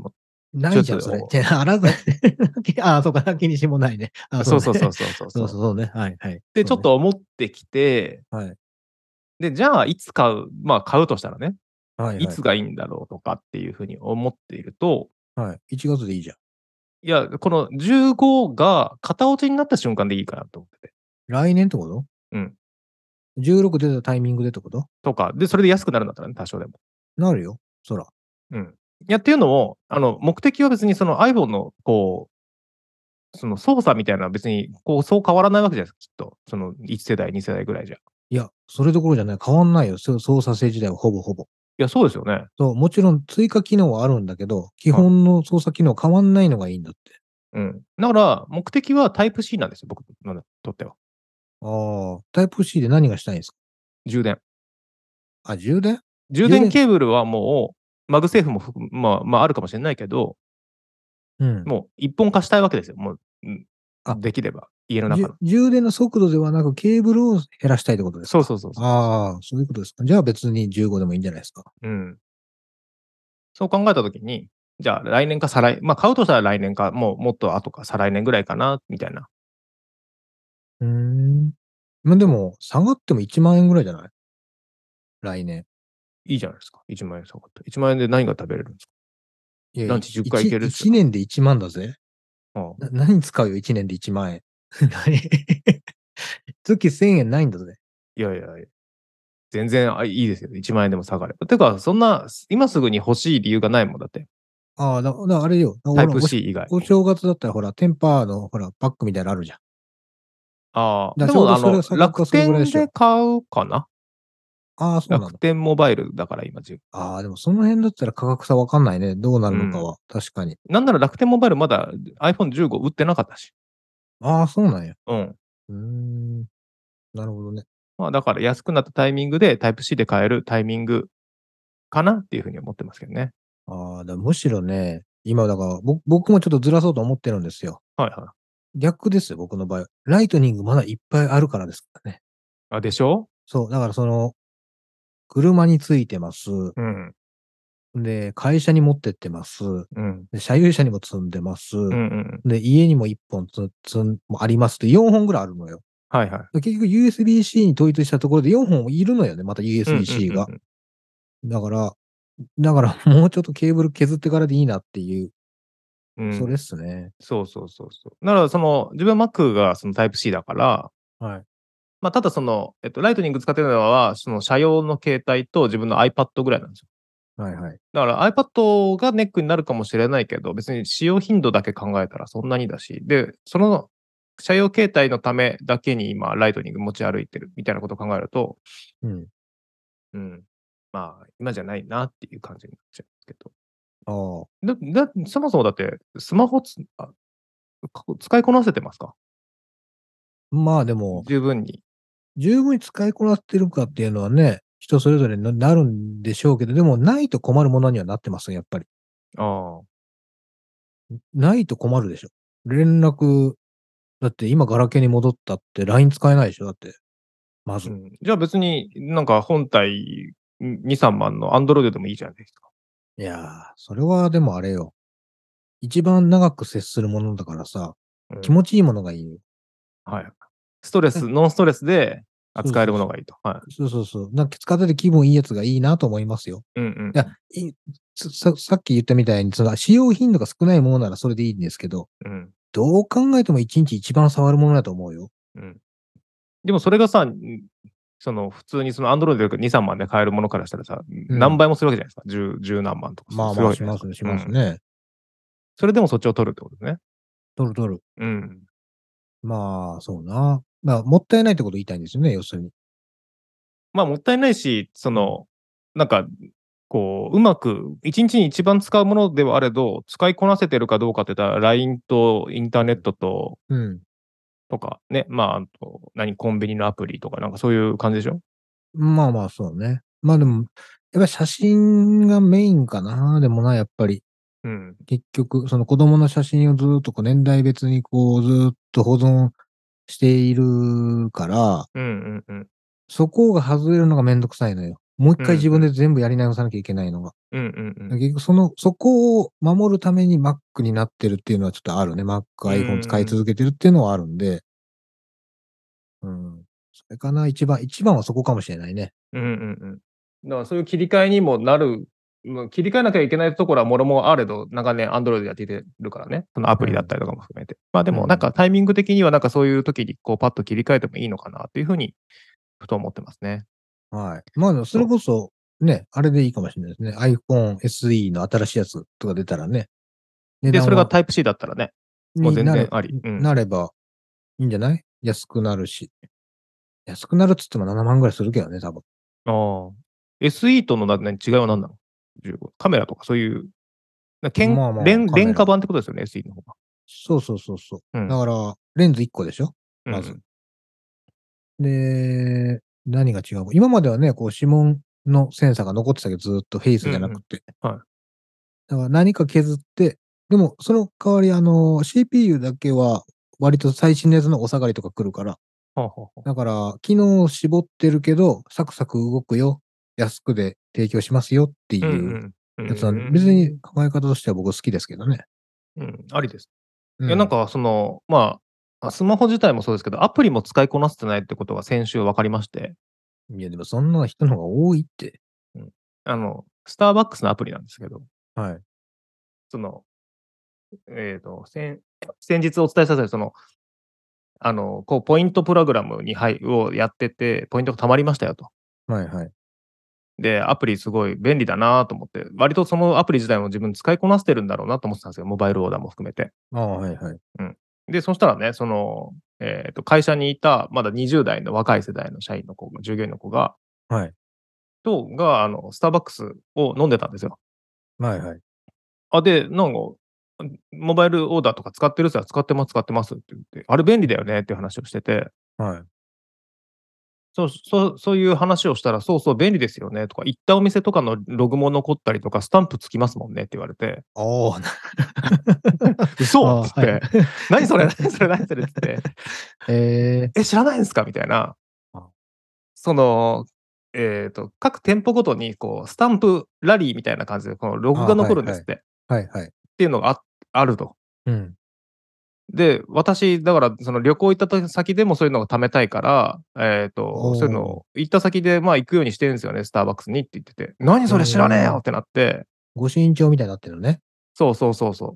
ないじゃん、それ。じゃあ、あらず、ああ、そうか、気にしもないね。あそうね。 そうそうそうそうそうそうそうそうね。はいはい。 で、 そうね。 ちょっと思ってきて、 はい。 で、じゃあいつ買う、まあ買うとしたらね、 はいはい。 いつがいいんだろうとかっていうふうに思っていると、 はい。いちがつでいいじゃん。 いや、このじゅうごが型落ちになった瞬間でいいかなと思ってて。 来年ってことうん。 ?じゅうろく 出たタイミングでってこととか、で、それで安くなるんだったらね、多少でも。 なるよ。そら。 うん。いや、っていうのも、あの、目的は別にその iPhone のこう、その操作みたいなのは別にこう、そう変わらないわけじゃないですか、きっと。そのいち世代、に世代ぐらいじゃ。いいや、それどころじゃない。変わんないよ。そう操作性自体はほぼほぼ。 や、そうですよね。 そう、もちろん追加機能はあるんだけど、基はい。 本の操作機能変わんないのがいいんだって。 うん。だから、目的はタイプ C なんですよ、僕のとっては。 ああ、タイプ C で何がしたいんですか？ 充電。 あ、充電充電充電ケーブルはもう、マグセーフも含むまあ、まあ、あるかもしれないけど、 うん。 もう一本化したいわけですよ。もう、うん、 あ、 できれば、家のじゅ中の。 充電の速度ではなくケーブルを減らしたいってことですか？ そうそうそうそうそう。 ああ、そういうことですか。じゃあ別にじゅうごでもいいんじゃないですか。 うん。そう考えたときに、じゃあ来年か再来、まあ買うとしたら来年か、もうもっと後か再来年ぐらいかな、みたいな。 うーん。ま、でも、下がってもいちまん円ぐらいじゃない？来年。 いいじゃないですか。いちまん円下がって。いちまん円で何が食べれるんですか？ いや、いランチじゅっかい行いち、 けるっしょ。 いちねんでいちまんだぜ。 うん。 な何使うよ、いちねんでいちまん円。何月せんえんないんだぜ。 いやいやいや、全然、あ、いいですよ。いちまん円でも下がれば。てか、そんな、今すぐに欲しい理由がないもんだって。 ああ、だだあれよ。ほら、 タイプおし C 以外。 お正月だったらほら、テンパーのほら、パックみたいなのあるじゃん。 ああ、 だ、 でも、 ちょうどあの、 それが差額楽化するぐらいで天でしょ。 買うかな。 ああ、そうなの。 楽天モバイルだから今、じああ、でもその辺だったら価格差わかんないね。どうなうん。 るのかは。確かに。 なんなら楽天モバイルまだ アイフォンじゅうご 売ってなかったし。 ああ、そうなんや。 うん。 うーん。なるほどね。 まあ、だから安くなったタイミングでタイプ C で買えるタイミングかなっていう風に思ってますけどね。 ああ、だむしろね、今だから、ぼ僕もちょっとずらそうと思ってるんですよ。 はいはい。 逆ですよ、僕の場合。ライトニングまだいっぱいあるからですからね。 あ、でしょ？ そう、だからその、車についてます。 うん。 で、会社に持ってってます。 うん。 で、車有車にも積んでます。 うんうん。 で、家にもいっぽんつつんもありますってよんほんぐらいあるのよ。 はいはい。 で結局 ユーエスビー-C に統一したところでよんほんいるのよね、またうんうんユーエスビー-C が。 うんうん。 だからだからもうちょっとケーブル削ってからでいいなっていう、 うん。 それっすね。 そうそうそうそう。だからその、自分は Mac がそのタイプ C だから、 はい。 ま、ただその、えっと、ライトニング使ってるのは、その車用の携帯と自分の iPad ぐらいなんですよ。 はいはい。 だから iPad がネックになるかもしれないけど、別に使用頻度だけ考えたらそんなにだし、で、その車用携帯のためだけに今ライトニング持ち歩いてるみたいなことを考えると、 うん。 うん、まあ、今じゃないなっていう感じになっちゃうんですけど。 ああ。 だだそもそもだってスマホつあ、か使いこなせてますか？ まあ、でも、 十分に。 十分に使いこなせてるかっていうのはね、人それぞれになるんでしょうけど、でもないと困るものにはなってますよ、やっぱり。 ああ。 ないと困るでしょ。連絡だって今ガラケーに戻ったって ライン 使えないでしょ、だって、まず。 うん。じゃあ別になんか本体、ん、に、さんまんのアンドロイドでもいいじゃないですか。 いや、それはでもあれよ。一番長く接するものだからさ、 うん。 気持ちいいものがいいよ。 はい。ストレえ、 スノンストレスで扱えそうそうそるものがいいと。はい。 う。そうそうそう。なんか使ってて気分いいやつがいいなと思いますよ。 うんうんいや、いさささっき言ったみたいに、その使用頻度が少ないものならそれでいいんですけど、 うん。 どう考えてもいちにち一番触るものだと思うよ。 うん。でもそれがさ、ん、その普通にそのアンドロイドでに、さんまんで買えるものからしたらさ、 うん。 何倍もするわけじゃないですか。じゅう、じゅう何万とかするするまあまあ、 わけじゃないですか。 しますしうん。 ますね。 それでもそっちを取るってことですね。 取る取る。 うん。 まあ、そうな。まあ、もったいないってこと言いたいんですよね、要するに。 まあ、もったいないし、そうん。 の、なんか、こう、うまくいちにちに一番使うものではあれど、使いこなせてるかどうかって言ったら、ライン とインターネットとうん。 とかね、まあ、あと、何、コンビニのアプリとかなんかそういう感じでしょ？ まあまあ、そうね。まあでも、やっぱり写真がメインかな、でもな、やっぱり。 うん。 結局、その子供の写真をずっとこう年代別にこうずっと保存しているから、 うんうんうん。 そこが外れるのがめんどくさいのよ。 もう一うん回自分で全部やり直さなきゃいけないのが。 うんうんうん。 結局その、そこを守るために Mac になってるっていうのはちょっとあるね。Mac、 う iPhone 使い続ん。 けてるっていうのはあるんで。うん。それかな、一番、一番はそこかもしれないね。 うんうんうん。だからそういう切り替えにもなる、まあ、切り替えなきゃいけないところはもろもあれど、長年 Android でやっていてるからね、そのアプリだったりとかも含めて。まあでうん。 もなんかタイミング的にはなんかそういう時にこうパッと切り替えてもいいのかなっていう風にふと思ってますね。 はい。まあ、それそこそ、ね、あれでいいかもしれないですね。iPhone エスイー の新しいやつとか出たらね、値う。で、そ段は、 れがタイプ C だったらね、もうになれ、 全然あり。うん。 なればいいんじゃない？安くなるし。安くなるっつってもななまんぐらいするけどね、多分。 ああ。エスイー とのな何違いは何なの？じゅうごカメラとかそういう、なけんまあまあ、 廉廉価カメラ。 版ってことですよね、エスイー の方が。 そうそうそうそう。 うん。 だから、レンズいっこでしょまず。 うんうん。 で、何が違う？今まではね、こう指紋のセンサーが残ってたけど、ずーっとフェイスうんうん。 じゃなくて。 はい。 だから何か削って、でもその代わりあの、シーピーユー だけは割と最新のやつのお下がりとか来るから、 はあはあはあ。 だから機能を絞ってるけど、サクサク動くよ、安くで提供しますよってうんいううん。うーやつは、別にん。 考え方としては僕好きですけどね。 うん、ありです。いや、なんうん。 かその、まあ、あ、スマホ自体もそうですけど、アプリも使いこなせてないってことが先週分かりまして、 いや、でもそんな人の方が多いって。 うん。あの、スターバックスのアプリなんですけど、 はい。 その、えっと、先先日お伝えした際、その、あの、こうポイントプログラムにはいをやってて、ポイントが貯まりましたよと。 はいはい。 で、アプリすごい便利だなと思って、割とそのアプリ自体も自分使いこなせてるんだろうなと思ってたんですよ、モバイルオーダーも含めて。 ああ、はいはい。 うん。で、そしたらね、その、えっと、会社にいたまだにじゅう代の若い世代の社員の子が従業員の子がはい。 と、が、あの、スターバックスを飲んでたんですよ。 はいはい。 あ、で、なんか、モバイルオーダーとか使ってるっつったら、使ってます使ってますって言って、あれ便利だよねっていう話をしてて、 はい。 そうそうそういう話をしたら、そうそう便利ですよねとか、行ったお店とかのログも残ったりとか、スタンプつきますもんねって言われて、 おお、な嘘っああ、はい。 つって、何それ何それ何それっつって、 ええ。 え、知らないんですかみたいな、 あ、 その、えっと、各店舗ごとにこうスタンプラリーみたいな感じで、このロああ、 グがはいはい。 残るんですって。っはいはい。 ていうのがああると。 うん。 で、私、だから、その旅行行ったと先でもそういうのが貯めたいから、えっおと、そういうのお。 を行った先で、まあ、行くようにしてるんですよね、スターバックスにって言ってて。「何へそれ知らねえよ！」 え。 ってなって、 ご身長みたいになってるのね。 そうそうそうそう。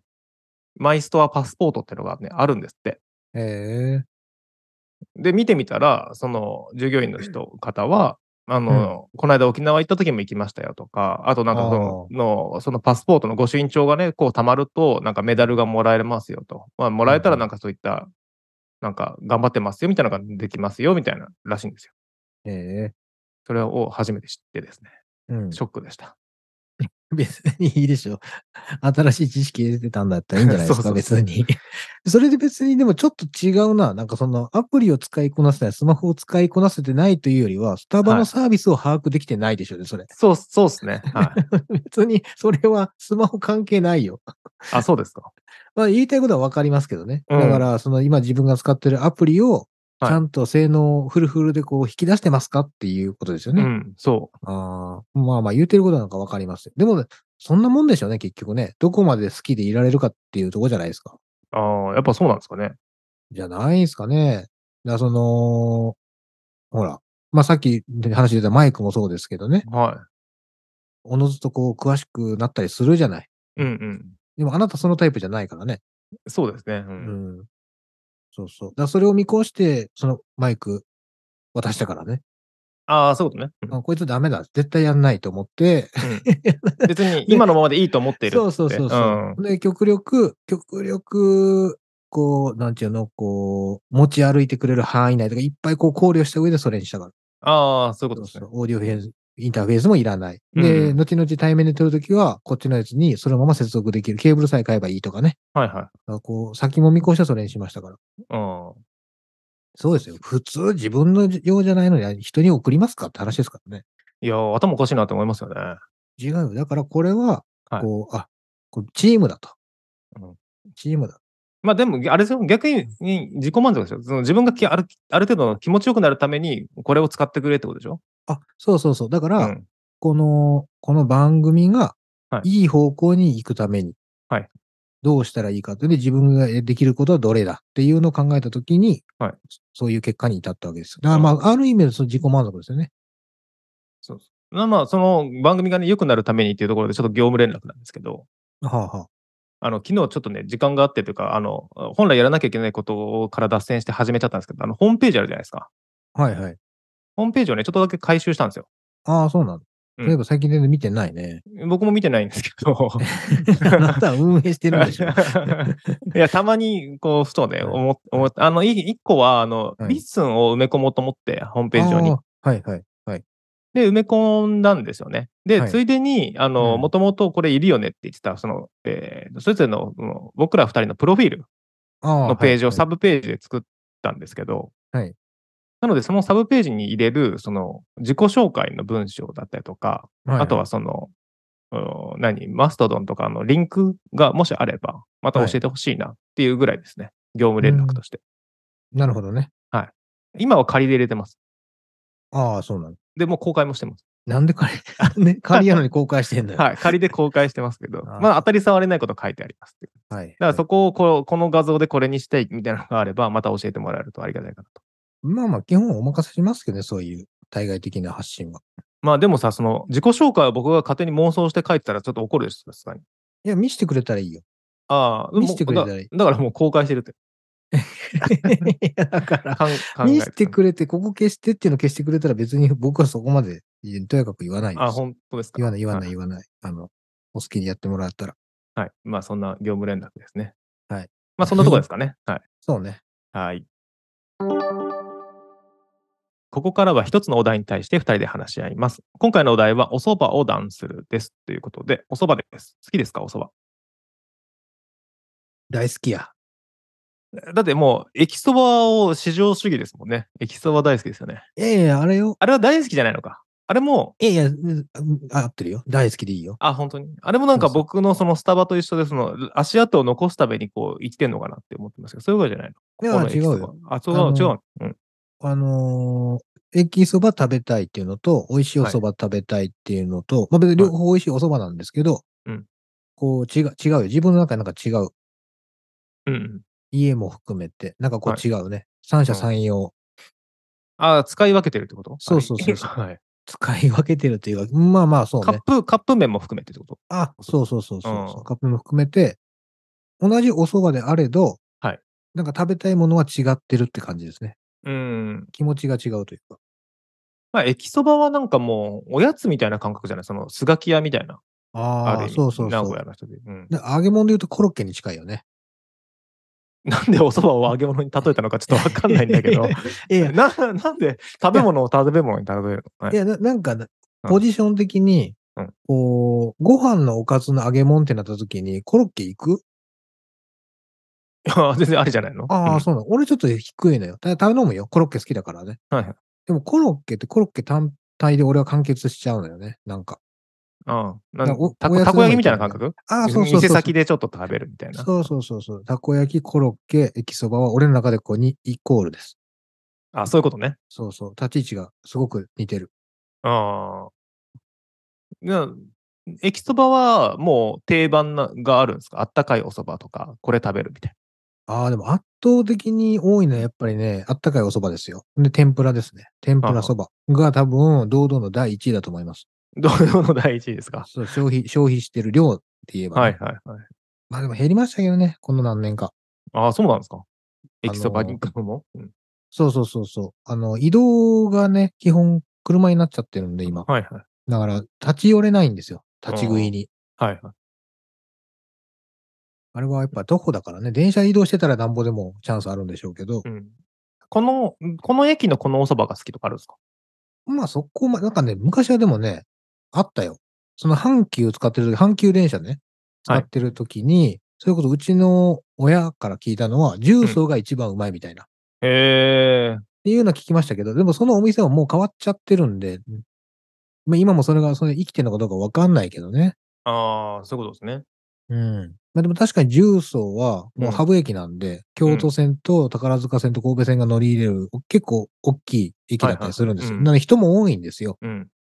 マイストアパスポートってのがね、あるんですって。 へえ。 で、見てみたら、その従業員の人方は、あうん。 の、こないだ沖縄行った時も行きましたよとか、あとなんあかそのあ。 の、そのパスポートの御朱印帳がね、こう貯まると、なんかメダルがもらえますよと。まあ、もうんうん。 らえたらなんかそういったなんか頑張ってますよみたいなのができますよみたいならしいんですよ。 へえ。 それを初めて知ってですね、 うん。 ショックでした。 別にいいでしょ。新しい知識入れてたんだったらいいんじゃないですか、 そうそうそう。 別に。それで別にでもちょっと違うな。なんかそのアプリを使いこなせない、スマホを使いこなせてないというよりは、スタバはい。 のサービスを把握できてないでしょうね、それ。 そうそうっすね。はい。 別にそれはスマホ関係ないよ。 あ、そうですか。 まあ、言いたいことは分かりますけどね。 うん。 だから、その今自分が使ってるアプリを、ちはい。 ゃんと性能フルフルでこう引き出してますかっていうことですよね。 うん、そう。 ああ、まあまあ言うてることなんか分かりますよ。でもね、そんなもんでしょうね、結局ね。どこまで好きでいられるかっていうとこじゃないですか。 ああ、やっぱそうなんですかね。 じゃないですかね。だからその、ほら、まあさっき話出たマイクもそうですけどね。 はい。 おのずとこう詳しくなったりするじゃない。 うんうん。 でもあなたそのタイプじゃないからね。 そうですね。うん。 うん。そうそう。だからそれを見越して、そのマイク渡したからね。 ああ、そういうことね。うん。 あ、こいつダメだ、絶対やんないと思って、 うん。別にで、 今のままでいいと思っているっそうそうつって。 そうそうん。 う。で、極力極力、こう、なんていうの、こう、持ち歩いてくれる範囲内とかいっぱいこう考慮した上でそれにしたから。 ああ、そういうことですね。 そうそう、オーディオフェンスインターフェースもいらない。で、 うんうん。 後々対面で撮るときは、こっちのやつにそのまま接続できる。ケーブルさえ買えばいいとかね。 はいはい。 あ、こう、先も見越してそれにしましたから。 うん。 そうですよ。普通自分の用じゃないのに人に送りますかって話ですからね。 いや、頭おかしいなって思いますよね。 違うよ。だからこれは、 はい。 こう、あ、こうチームだと。 うん。 チームだ。 ま、でも、あれですよ、逆にに自己満足ですよ。その自分がきあるある程度の気持ちよくなるために、これを使ってくれってことでしょ？ あ、そうそうそう。だから、 うん。 この、この番組がはいいい方向に行くために、 はいどうしたらいいかというで、自分ができることはどれだっていうのを考えたときに、 はいそういう結果に至ったわけです。だからまあ、ある意味でその自己満足ですよね。 そうそう。まあまあ、その番組がね、良くなるためにっていうところで、ちょっと業務連絡なんですけど、 はあはあの、昨日ちょっとね、時間があってというか、あの、本来やらなきゃいけないことから脱線して始めちゃったんですけど、あの、ホームページあるじゃないですか。 あ。はいはい。 ホームページをね、ちょっとだけ改修したんですよ。 ああ、そうなの。 うん。 そういえば最近全然見てないね。 僕も見てないんですけど。 あなたは運営してるんでしょ。 いや、たまにこう、ふとね、 はい。 思っはい。 思っあの、い一個は、あの、 はい。 リッスンを埋め込もうと思って、ホームページ上に。 ああ、はいはい。はい。 で、埋め込んだんですよね。で、 はい。 ついでに、あの、もうん。 ともとこれいるよねって言ってた、その、えーそれぞれの、その僕らふたりのプロフィールああ、 のページをはいはい。 サブページで作ったんですけど、 はい。 なので、そのサブページに入れる、その、自己紹介の文章だったりとか、あとはいはい。 はその、うー何、マストドンとかのリンクがもしあれば、またはい。 教えてほしいなっていうぐらいですね。業務うん。 連絡として。 なるほどね。 はい。今は仮で入れてます。 ああ、そうなの。 で、もう公開もしてます。 なんで仮、ね、仮やのに公開してんだよ。 はい、仮で公開してますけど、 ああ、 まあ、 そ当たり障りないこと書いてありますっていう。 う。はいだからはい。 そこをこうこの画像でこれにしたいみたいなのがあれば、また教えてもらえるとありがたいかなと。 まあまあ、基本はお任せしますけどね、そういう対外的な発信は。 まあ、でもさ、その自己紹介を僕が勝手に妄想して書いてたらちょっと怒るです、さすがに。 いや、見してくれたらいいよ。 ああ、 見してもう、だくれたらいい。 だからもう公開してるって。 いや、だから、 かん考見しえてたんで。 てくれて、ここ消してっていうの消してくれたら別に僕はそこまで、いやとやかく言わないであ、 す。 本当ですか。 言わない言わはい。 ない言わない。あの、お好きにやってもらったら。 はい。まあ、そんな業務連絡ですね。 はい。 まあ、そんなとこですかね。はい。 そうね。 はい。ここからは一つのお題に対して二人で話し合います。今回のお題はお蕎麦をダンするですということで、お蕎麦です。好きですか、お蕎麦。 大好きや。 だってもう、駅そばを至上主義ですもんね。駅そば大好きですよね。 いやいや、あれよ。 あれは大好きじゃないのか。あれも、 いやいや、うんあ合ってるよ。大好きでいいよ。 あ、本当に。あれもなんかそうそう。 僕のそのスタバと一緒で、その足跡を残すためにこう生きてんのかなって思ってますけど、そういうことじゃないの。こいや、 この駅そば。 違うよ。 あ、そう、違あの、 う。うん。 あのー駅そば食べたいっていうのと、美味しいおはい。 蕎麦食べたいっていうのと、まあ、別にはい。 両方美味しいお蕎麦なんですけど、 うん。 こう、違う、違うよ。自分の中でなんか違う。 うんうん。 家も含めて、なんかこはい。 う違うね。三者うん。 三様。 ああ、使い分けてるってことあれ。 そうそうそうそう。 はい。 使い分けてるというか、まあまあそうね。 カップ、カップ麺も含めてってことあ、 おそば。 そうそうそううそうそう。 ん。 カップも含めて、同じお蕎麦であれど、 はい。 なんか食べたいものは違ってるって感じですね。 うん。 気持ちが違うというか。 まあ、駅そばはなんかもう、おやつみたいな感覚じゃない、その、スガキ屋みたいな、あああ、 る意味、 そうそう名古そ屋の人で。うん。 う。で、揚げ物で言うとコロッケに近いよね。 なんでお蕎麦を揚げ物に例えたのかちょっとわかんないんだけど、 いやいや、いななんで食べや、 物を食べ物に例えるの？はい。 いや、ななんかな、 うん、 ポジション的に、 うん。 こう、ご飯のおかずの揚げ物ってなった時に、コロッケ行く？ いや、全然ありじゃないの？うああ、 ん。 そうなの。俺ちょっと低いのよ。た頼むよ。コロッケ好きだからね。 はいはい。 でもコロッケってコロッケ単体で俺は完結しちゃうのよね。なんか。 ああ、なだからんたこおおやつでたこ焼きみたもいけるな。 いな感覚？ ああ、そうそう店そうそう。 先でちょっと食べるみたいな。 そうそうそうそう。たこ焼き、コロッケ、駅そばは俺の中でこうにイコールです。 あ、そういうことね。 そうそう。立ち位置がすごく似てる。 ああ。な駅そばはもう定番ながあるんですか？あったかいお蕎麦とか、これ食べるみたいああ、でも圧倒的に多いのな。うん。 はやっぱりね、あったかいお蕎麦ですよ。で、天ぷらですね。天ぷはあはあ。 ら蕎麦が多分堂々の第一位だと思います。 どうの第一位ですか？ そう、消費、消費してる量って言えばはいね。 はいはい。 まあでも減りましたけどね、この何年か。 ああ、そうなんですか。駅そばにあの、 行くのも？うん。 そうそうそうそう。あの、移動がね、基本車になっちゃってるんで、今。 はいはい。 だから、立ち寄れないんですよ。立ち食いあに。 あ、はいはい。 あれはやっぱ徒歩だからね、電車移動してたらなんぼでもチャンスあるんでしょうけど、 うん。この、ん、この駅のこのお蕎麦が好きとかあるんですか？ まあそこま、なんかね、昔はでもね、あったよ。その阪急使ってる時、阪急電車ね、使はい。 ってる時に、それこそうちの親から聞いたのは、重うん。 曹が一番うまいみたいな。っへえ。 ていうのは聞きましたけど、でもそのお店はもう変わっちゃってるんで、まあ、今もそれがそれ生きてるのかどうかわかんないけどね。 ああ、そういうことですね。 うん。まあでも確かに重曹はうん。 もうハブ駅なんで、京都うん。 線と宝塚線と神戸線が乗り入れる結構大きい駅だったはいはいはい。 りするんですよ。なうん。 ので人も多いんですよ。 うん。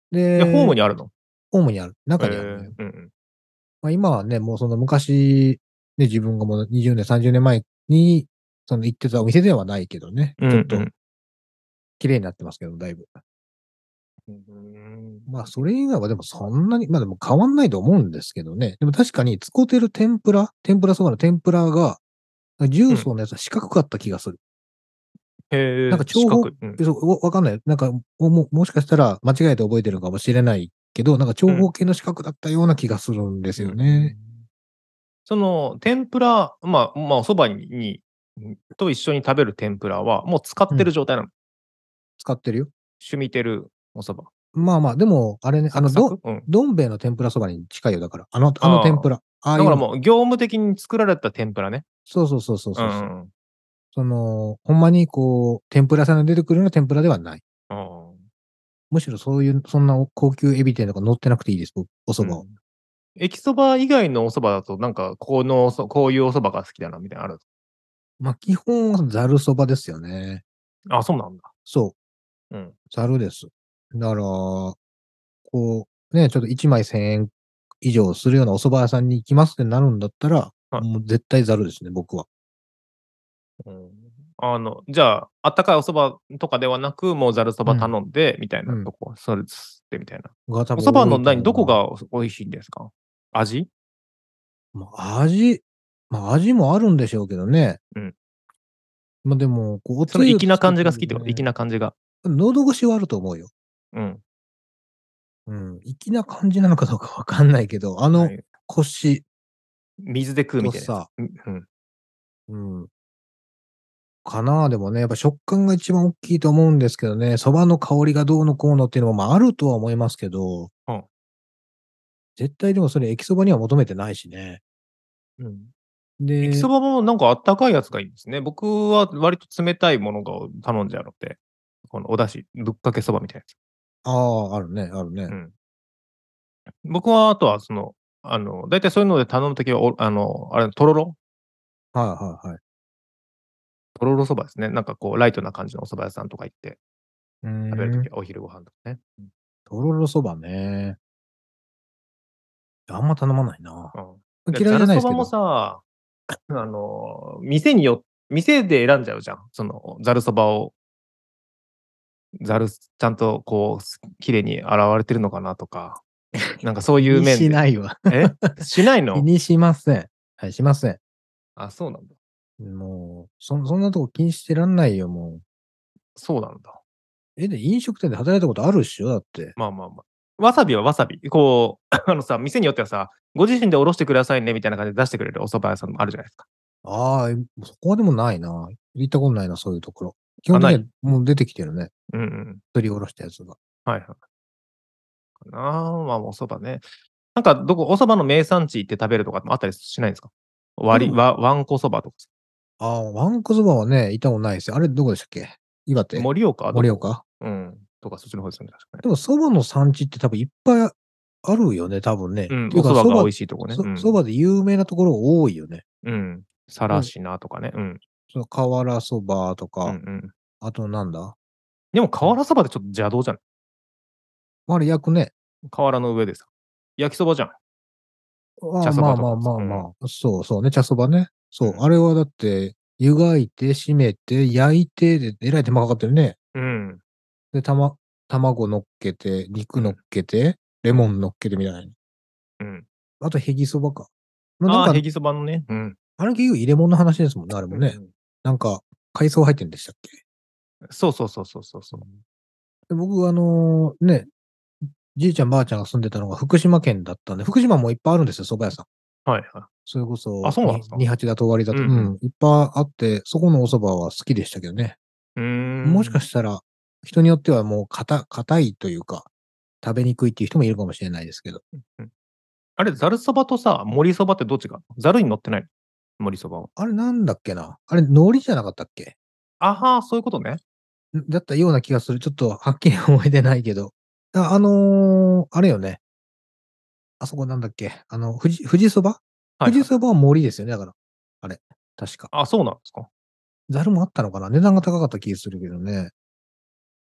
で、ホームで、 にあるの？ ホームにある。 へ中にあるのよ。 え、うんうん。 まあ、今はね、もうその昔、ね、自分がもうにじゅうねん、さんじゅうねんまえに、その行ってたお店ではないけどね、ちょっとうんうん。 綺麗になってますけど、だいぶ。 うーん。 まあ、それ以外はでもそんなに、まあでも変わんないと思うんですけどね。でも確かに使ってる天ぷら天ぷらそばの天ぷらが、 うん。 重曹のやつは四角かった気がする。なんかへえ、四長方角い。うん。 そう、わわかんない。なんか、もももしかしたら間違えて覚えてるのかもしれないけど、なんか長うん。 方形の四角だったような気がするんですうーよね。 ん。その天ぷら、まあまあ、お蕎麦ににん、と一緒に食べる天ぷらは、もう使ってるうん、 状態なの？ 使ってるよ。 染みてるお蕎麦。 まあまあ、でも、あれね、あの、どサクサク？うん。 どん兵衛の天ぷらそばに近いよ、だから。あのあの天ああ。 ぷら。ああいうの。 だからもう業務的に作られた天ぷらね。 そうそうそうそううんそうそう。 うんうん。 その、ほんまにこう、天ぷら屋さんで出てくるような天ぷらではない。 ああ。 むしろそういう、そんな高級エビ天とか乗ってなくていいです、僕お蕎麦は。 うん。駅そば以外のお蕎麦だと、なんか、この、そこういうお蕎麦が好きだなみたいなのあるんです？ ま、基本はざるそばですよね。 あ、そうなんだ。 そう、 うん。 ざるです。だから、こう、ね、ちょっといちまいせんえん以上するようなお蕎麦屋さんに行きますってなるんだったら、 はい。 もう絶対ざるですね、僕は。 うん。あの、じゃあ、あったかいお蕎麦とかではなく、もうざるそばうん、 頼んでみたいうん。 なとこ、それですってみたいな。 が多お蕎麦の分多いと何どこ思うな。 が美味しいんですか？味？ ま、味ま、味もあるんでしょうけどね。 うん。 ま、でも、こう、おつその粋なゆつけて感じが好きってこと？粋るね。 な感じが。 喉越しはあると思うよ。 うん。 うん、粋な感じなのかどうかわかんないけど、あのはい。 コシ水で食うみたいなやつ。 とさ、 うん、うん。 うん、かな、でもね、やっぱ食感が一番大きいと思うんですけどね、蕎麦の香りがどうのこうのっていうのも、ま、あるとは思いますけど、 はん。 絶対でもそれ駅そばには求めてないしね。 うん。駅そで、 ばもなんかあったかいやつがいいんですね。僕は割と冷たいものが頼んじゃうので、このお出汁、ぶっかけそばみたいなやつ。 ああ、あるねあるね。 うん。僕はあとはその、あの、だいたいそういうので頼むときは、おあの、あれ、とろろはいはいはい。 とろろそばですね。なんかこうライトな感じのお蕎麦屋さんとか行ってうー食べるときん、 は、お昼ご飯とかね。うん。 とろろそばね。あんま頼まないな。 うん。で、 嫌いざるそばもじゃないですけど。 さ、あの、店によ店で選んじゃうじゃん。そのざるそばを、ざるちゃんとこう、す綺麗に洗われてるのかなとか、なんかそういう気に面で。 しないわ。 え？しないの？ 気にしません。はい、しません。 あ、そうなんだ。 もう、そそんなとこ気にしてらんないよ、もう。 そうなんだ。 え、で、飲食店で働いたことあるっしょ？だって。 まあまあまあ。わさびはわさび。こう、あのさ、店によってはさ、ご自身でおろしてくださいねみたいな感じで出してくれるお蕎麦屋さんもあるじゃないですか。 ああ、え、そこはでもないな。行ったことないな、そういうところ。基あ、 本的にはない？ もう出てきてるね。 うんうん。 すりおろしたやつが。 はいはい。かな、まあ、お蕎麦ね。なんかどこお蕎麦の名産地行って食べるとかもあったりしないんですか？ あ、でも、 わりわわんこそばとかさ。 ああ、わんこそばはね、行ったことないですよ。あれどこでしたっけ？岩手？ 盛岡？どこ？ 盛岡？ うん、とかそっちの方ですよね、確かね。 でも蕎麦の産地って多分いっぱいあるよね、多分ね。っうん、 ていうか、 お蕎麦が美蕎麦味しいとこね。 そうん。 蕎麦で有名なところ多いよね。 うん。さらうん、 しなとかね。うん。 その瓦そばとか、 うんうん。 あとなんだ？ でもうん、 瓦そばってちょっと邪道じゃない？ あれ焼くね。 瓦の上でさ。焼きそばじゃん。 ああ、 茶そまあまあばとかもさ。うん。 まあまあ。そうそうね、茶そばね。そう、 うん。 あれはだって、湯がいて、締めて、焼いてで、えらい手間かかってるね。 うん。 で、たま卵乗っけて、肉乗っうん。 けて、レうん。 モン乗っけてみたいな。 うん。 あとへぎそばか。ま、なんああ、 か、 へぎそばのね。うん。 あれ結局入れ物の話ですもんね、あれもね。 うんうん。 なんか、海藻入ってんでしたっけ？ そうそうそうそうそうそう。 うん。で、僕あの、ね、じいちゃんばあちゃんが住んでたのが福島県だったんで、福島もいっぱいあるんですよ、蕎麦屋さん。 はいはい。 それこあ、 そ、にそうなんですか？ 二八だと終わりだと、ううんうん。 ん、いっぱいあって、そこのお蕎麦は好きでしたけどね。 うーもしかん。 したら、人によってはもうかた硬いというか、食べにくいっていう人もいるかもしれないですけど。 うん。あれ、ざるそばとさ、盛りそばってどっちがざるに乗ってない？盛りそばは。 あれなんだっけな、あれ海苔じゃなかったっけ？ あは、そういうことね。 ん、だったような気がする。ちょっとはっきり覚えてないけど。ああの、あれよね、あそこなんだっけ、あの、富士富士そば？ はいはい。 富士そばは海苔ですよね、だから。あれ、確か。 あ、そうなんですか。 ざるもあったのかな？値段が高かった気がするけどね。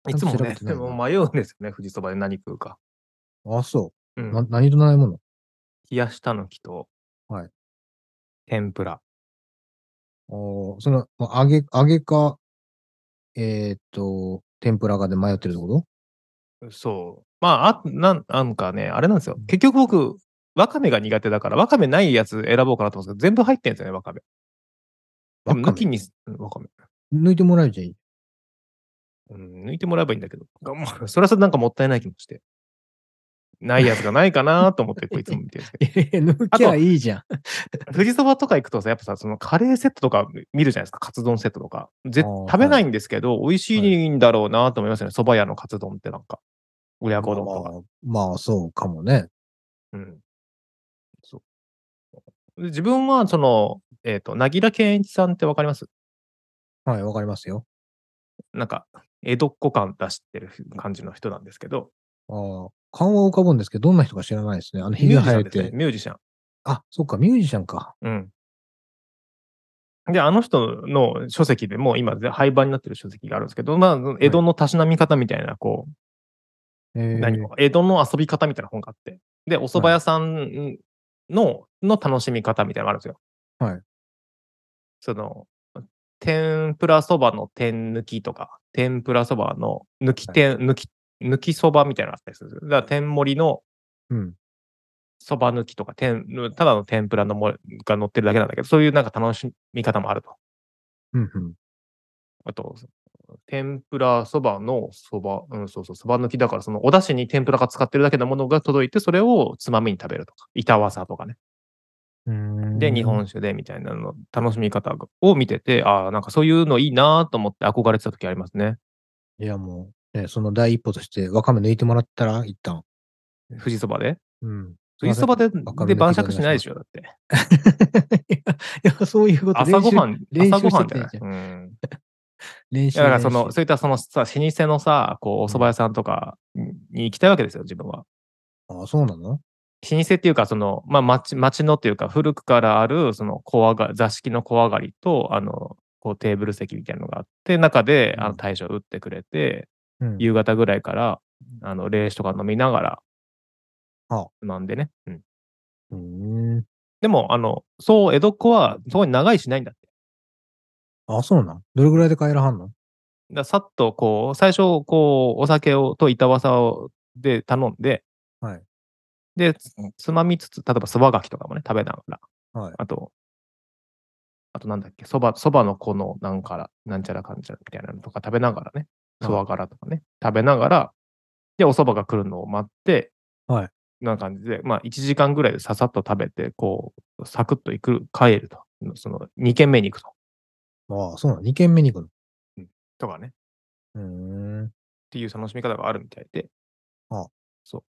ちゃんと調べいつもね、 てないな。 もう迷うんですよね、富士そばで何食うか。 あ、そう。な、 うん。 何とないもの？ 冷やしたぬきとはい。 天ぷら。 あーその、ま揚げ、揚げか、えーっと、天ぷらかで迷ってるってこと？ そう。まあ、あなんなんかね、あれなんですよ。 うん。 結局僕、わかめが苦手だから、わかめないやつ選ぼうかなと思うんですけど、全部入ってんですよね、わかめ。でわかめも抜きにすうん、わかめ。 抜いてもらえばいい。 うん、抜いてもらえばいいんだけど、がまあ、それはそれなんかもったいない気もして、ないやつがないかなと思ってこういつも見てるんですけど。 いやいや、抜きゃあと、 いいじゃん。 富士そばとか行くとさ、やっぱさ、そのカレーセットとか見るじゃないですか、カツ丼セットとか。 ああ、 ぜ食べはい。 ないんですけど、美味しはい。 いんだろうなと思いますよね、蕎麦屋のカツ丼ってなんか、親まあ子丼とか。 まあ、まあ、そうかもね。 うん、そう。で、自分はその、えっと、凪良健一さんってわかります？ はい、わかりますよ。 なんか、江戸っ子感出してる感じの人なんですけど、 ああ、顔は浮かぶんですけど、どんな人か知らないですね。あの、ひミュげージシャンですね、 生えて。 ミュージシャン。 あ、そっか、ミュージシャンか。 うん。で、あの人の書籍でも今、廃盤になってる書籍があるんですけど、まあ、江はい。 戸のたしなみ方みたいな、こう、 え何え、 江戸の遊び方みたいな本があって、で、お蕎麦はい。 屋さんのの楽しみ方みたいなのがあるんですよ。 はい。 その、天ぷらそばの天抜きとか、天ぷらそばの抜きはい。 天抜き抜きそばみたいなのがあったりするんですよ。だから天盛りのうん。 そば抜きとか、天ただの天ぷらのもが乗ってるだけなんだけど、そういうなんか楽しみ方もあると。 うん、うん。 あと、天ぷらそばのそば、うん、そうそう、そば抜きだから、そのお出汁に天ぷらが使ってるだけのものが届いて、それをつまみに食べるとか、板わさとかね。 うーで、日ん。 本酒でみたいなの楽しみ方を見てて、ああ、なんかそういうのいいなと思って憧れてた時ありますね。 いや、もう、ね、その第一歩として、わかめ抜いてもらったら、一旦。 富士そばで。 うん。すいません。 富士そばでわかめ抜きでおで晩酌願いします。 しないでしょ、だって。 いや、いや、そういうこと、練習、 朝ごはん練習朝ごはんじゃしてきてんじゃん。 ない。うん。 練いや、だ習、 からその、 練習。 そういったそのさ、老舗のさ、こうお蕎麦うん。 屋さんとかに行きたいわけですよ、自分は。 ああ、そうなの？ 老舗っていうか、その、まあ、町町のっていうか、古くからあるその小上が座敷の小上がりと、あの、こうテーブル席みたいなのがあって、中であのうん。 大将打ってくれて、 うん。 夕方ぐらいから、あの、冷酒とか飲みながらあ、 飲んでね。うん。 うーん。 でも、あの、そう、江戸っ子はそこに長居しないんだって。 あ、そうなん？どれぐらいで帰らはんの？ ださっとこう、最初こう、お酒をと板わさをで頼んで、 はい。 で、つつまみつつ、例えばそばがきとかもね、食べながら、 はい。 あとあとなんだっけ、そばそばのこのなんから、なんちゃらかんちゃらみたいなのとか食べながらね、そばはい。 殻とかね、食べながら、で、お蕎麦が来るのを待って、 はい。 な感じで、まあ、いちじかんぐらいでささっと食べて、こう、サクッと行く帰ると。そのに軒目に行くと。 ああ、そうなの？ に 軒目に行くの？ うん。とかね、っうーん。 ていう楽しみ方があるみたいで、 あ、 そう、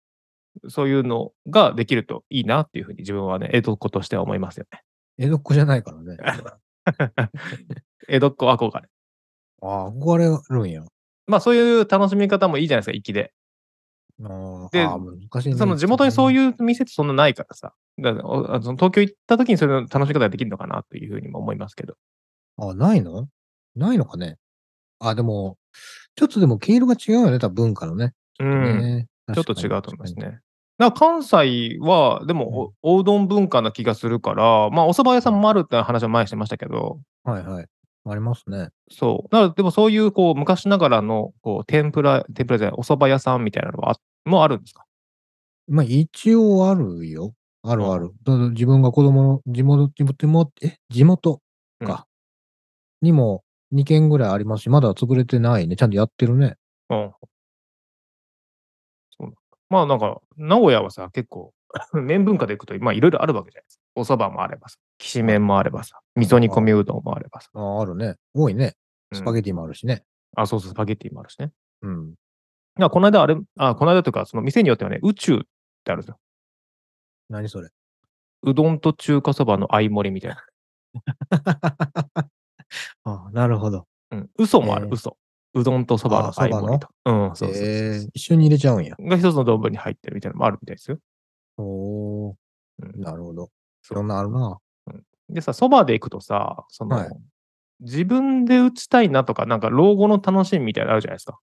そういうのができるといいなっていう風に自分はね、江戸っ子としては思いますよね。 江戸っ子じゃないからね。 江戸っ子憧れ。 ああ、憧れるんや。 まあ、そういう楽しみ方もいいじゃないですか、粋で。 ああ、 で、 ああ、難しいね、 その地元にそう一ね。 いう店ってそんなないからさ、だからおあその東京行った時にそういう楽しみ方ができるのかなという風にも思いますけど。 あ、ないの？ないのかね。あ、でも、ちょっとでも毛色が違うよね、多分文化のね。ちょっとうん、 ね。 ちょっ確かにと違うと思確かに。 いますね。だから関西は、でうん。 も、おおうどん文化な気がするから、まあ、お蕎麦屋さんあ、 もあるって話は前にしてましたけど、 はいはい。ありますね。 そう。だからでもそういうこう昔ながらのこう天ぷら天ぷらじゃない、お蕎麦屋さんみたいなのはあもあるんですか？ ま、一応あるよ。あうん、 るある。その自分が子供の地元地元もえ、地元うん、 か。にもに軒ぐらいありますし、まだ潰れてないね。ちゃんとやってるね。 うん。そうなんだ。まあ、なんか、名古屋はさ、結構麺文化でいくと、まあ、いろいろあるわけじゃないですか。お蕎麦もあればさ、きしめはい。 んもあればさ、味噌煮込あみうどんもあればさ。 あ、ああ、あるね。多いね。 うん。 スパゲティもあるしね。 あ、そうそう、スパゲッティもあるしね。 うん。 だからこの間あれあ、この間というか、その店によってはね、宇宙ってあるんですよ。 何それ。 うどんと中華そばの相盛りみたいな。 ああ、なるほど。 うん。嘘もある、 ええ。 嘘。うどんとそばああ、 のそばの？ 相盛りと。うん、そうそうそうええ、 そ一緒に入れちゃうんや。 う。が一つの丼に入ってるみたいなのもあるみたいですよ。 おお、 うん。 なるほど。いろそんなあるな。 う。うん。でさ、そばで行くとさ、そはい。 の、自分で打ちたいなとか、なんか老後の楽しみみたいなのあるじゃないですか。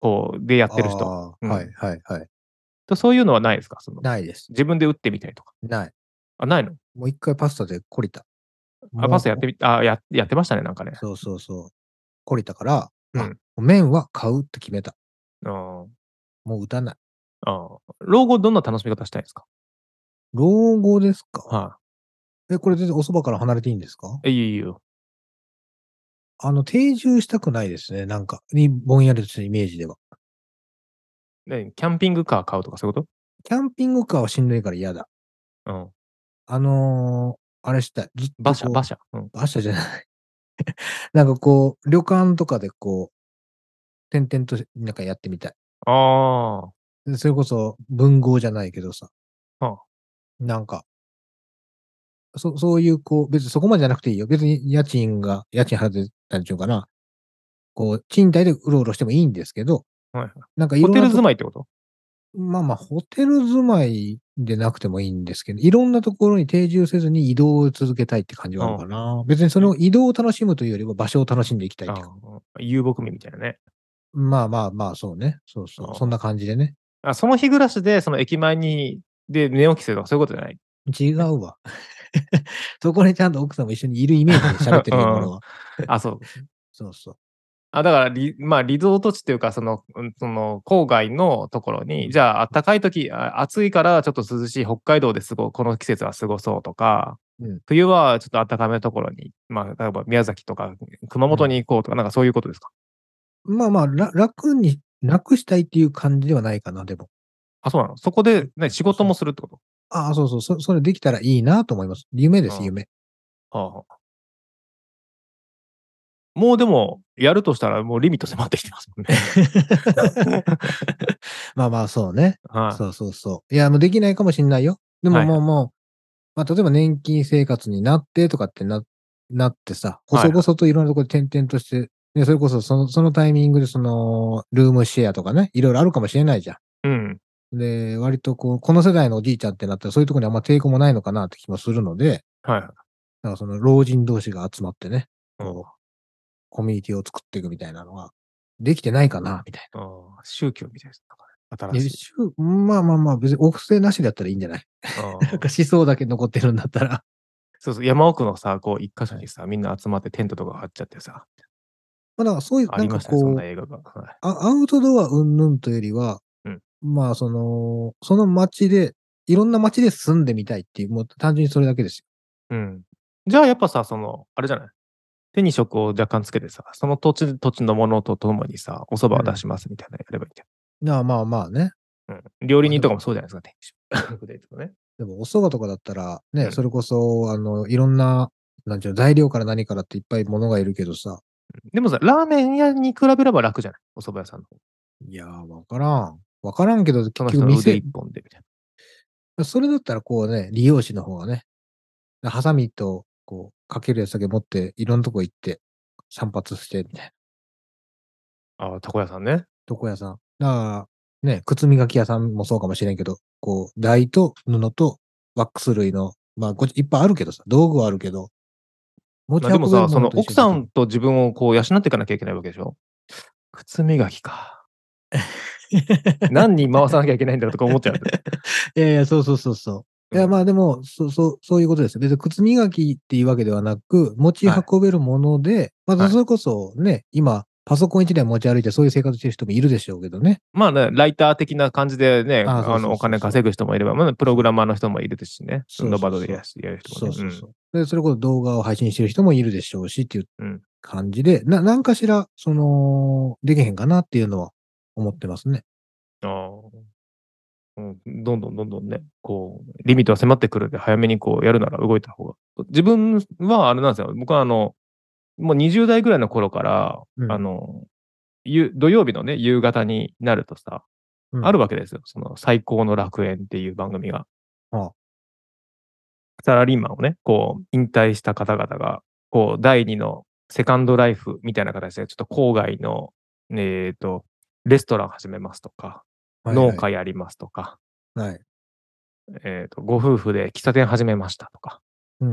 こう、でやってる人。 ああ、 うん。 はいはいはい。 と、そういうのはないですか？その、 ないです。 自分で打ってみたりとか。 ない。 あ、ないの？ もう一回パスタで懲りた。 あ、パスタやっもうてみあ、ややってましたね、なんかね。 そうそうそう。懲りたから、あ、 うん。 麺は買うって決めた。 ああ。 もう打たない。 ああ。老後どんな楽しみ方したいんですか？ 老後ですか？ はえ、これ全然お蕎麦から離れていいんですか？ い。え、いいよいいよ。 あの、定住したくないですね、なんか、にぼんやりとしたイメージでは。 何、キャンピングカー買うとかそういうこと？ キャンピングカーはしんどいから嫌だ。 うん。 あの、あれしたい。ずっ馬とこう車馬車。うん。 馬車じゃない。なんかこう、旅館とかでこう、転々となんかやってみたい。 ああ。 で、それこそ文豪じゃないけどさ、 はあ。 なんか、そそういうこう、別にそこまでじゃなくていいよ。別に家賃が家賃払ってたりちゅうかな、こう、賃貸でうろうろしてもいいんですけど、 はいはい。 なんかいホテルろんなと住まいってこと？ まあまあ、ホテル住まいでなくてもいいんですけど、いろんなところに定住せずに移動を続けたいって感じはあるかうん。 な。別にその移動を楽しむというよりは場所を楽しんでいきたいってあか。 あ、遊牧民みたいなね。 まあまあまあ、そうね。そうそう。そんあな感じでね。 あ。あ、その日暮らしで、その駅前にで、寝起きするとかそういうことじゃない？ね。 違うわ。そこにちゃんと奥さんも一緒にいるイメージで喋ってうるよ、俺ん。 は。 あ、そう。 そうそう。 あ、だから、リまあ、リゾート地っていうか、その、うん、その、郊外のところに、 うん。 じゃあ、あったかい時、あ暑いからちょっと涼しい北海道ですごこの季節は過ごそうとか、 うん。 冬はちょっとあったかめのところに、まあ、例えば宮崎とか熊うん。 本に行こうとか、なんかそういうことですか？ まあまあ、ら楽に、楽したいっていう感じではないかな、でも。 あ、そうなの？そこで、ね、仕事そう。 もするってこと？ ああ、そうそう。そそれできたらいいなと思います。夢です、 うん。は夢。 あはあ。もうでも、やるとしたらもうリミット迫ってきてますもんね。 まあまあ、そうね。 はい。 そうそうそう。いや、もうできないかもしんないよ。でもはいはい。 もうもう、まあ、例えば年金生活になってとかってななってさ、細々 はいはい。 といろんなところで転々として、ね、それこそそのそのタイミングでその、ルームシェアとかね、いろいろあるかもしれないじゃうん。 ん。で、割とこう、この世代のおじいちゃんってなったら、そういうところにあんま抵抗もないのかなって気もするので、 はいはい。 なんかその老人同士が集まってね、 うん。 こう、コミュニティを作っていくみたいなのが、できてないかなみたいな。 ああ、宗教みたいです。なんかね、新しい。 いやしゅまあまあまあ、別にお布施なしだったらいいんじゃない？ あなんかあ。 思想だけ残ってるんだったら。 そうそう、山奥のさ、こう一箇所にさ、みんな集まってテントとか張っちゃってさ、 ま、だからそういうなんありましたね、そんなかこう、 映画が。はい。 あアウトドア云々というよりは、 うん。 まあ、その、その街で、いろんな街で住んでみたいっていう、もう単純にそれだけですよ。 うん。じゃあやっぱさ、その、あれじゃない、手に職を若干つけてさ、その土地土地のものとともにさ、お蕎麦を出うん。 しますみたいなのやればいいんじなあ、まあまあね。 ゃん。うん。料理ま、でも人とかもそうじゃないですか、手に職でとかね。 でもお蕎麦とかだったら、ね、そうん。 れこそ、あの、いろんな、なんちゅうの、材料から何からっていっぱいものがいるけどさ、 でもさ、ラーメン屋に比べれば楽じゃない？お蕎麦屋さんの方。 いや、わからん。わからんけど、結その人の腕局店一本でみたいな。 それだったらこうね、理容師の方がね、ハサミとこう、かけるやつだけ持って、いろんなとこ行って、散髪してみたいな。 ああ、床屋さんね。 床屋さん。だから、ね、靴磨き屋さんもそうかもしれんけど、こう、台と布とワックス類の、まあ、こっちいっぱいあるけどさ、道具はあるけど、持ちま、でもさ、 運べるもそののと一緒にできる。 奥さんと自分をこう養っていかなきゃいけないわけでしょ？靴磨きか。何人回さなきゃいけないんだろうとか思っちゃう。 いやいや、そうそうそうそう。いや、 うん。 まあ、でも、そうそうそういうことですよ。別に靴磨きっていうわけではなく、持ちはい。 運べるもので、まあ、 はい。 それこそね、今、パソコン一台持ち歩いてそういう生活してる人もいるでしょうけどね。 まあね、ライター的な感じでね、 ああ、そうあの、 そうお金そうそう。 稼ぐ人もいれば、まあ、プログそう。 ラマーの人もいるですしね。 そうノバそうそう。 ドでやしやる人もね。うん。 そうそうそう。で、それこそ動画を配信してる人もいるでしょうしっていううん。 感じで、ななんかしら、その、できへんかなっていうのは思ってますね。 ああ。うん、どんどんどんどんね、こう、リミットが迫ってくるんで、早めにこうやるなら動いた方が。自分はあれなんですよ。僕はあの、もうにじゅう代ぐらいの頃から、 うん、 あの、ゆ土曜日のね、夕方になるとさ、あうん。 るわけですよ。その最高の楽園っていう番組が。 ああ、 サラリーマンをね、こう引退した方々が、こうだいにのセカンドライフみたいな形でちょっと郊外の、えっと、レストラン始めますとか、 はいはい。 農家やりますとか、 はい。 えっと、ご夫婦で喫茶店始めましたとか、 うん。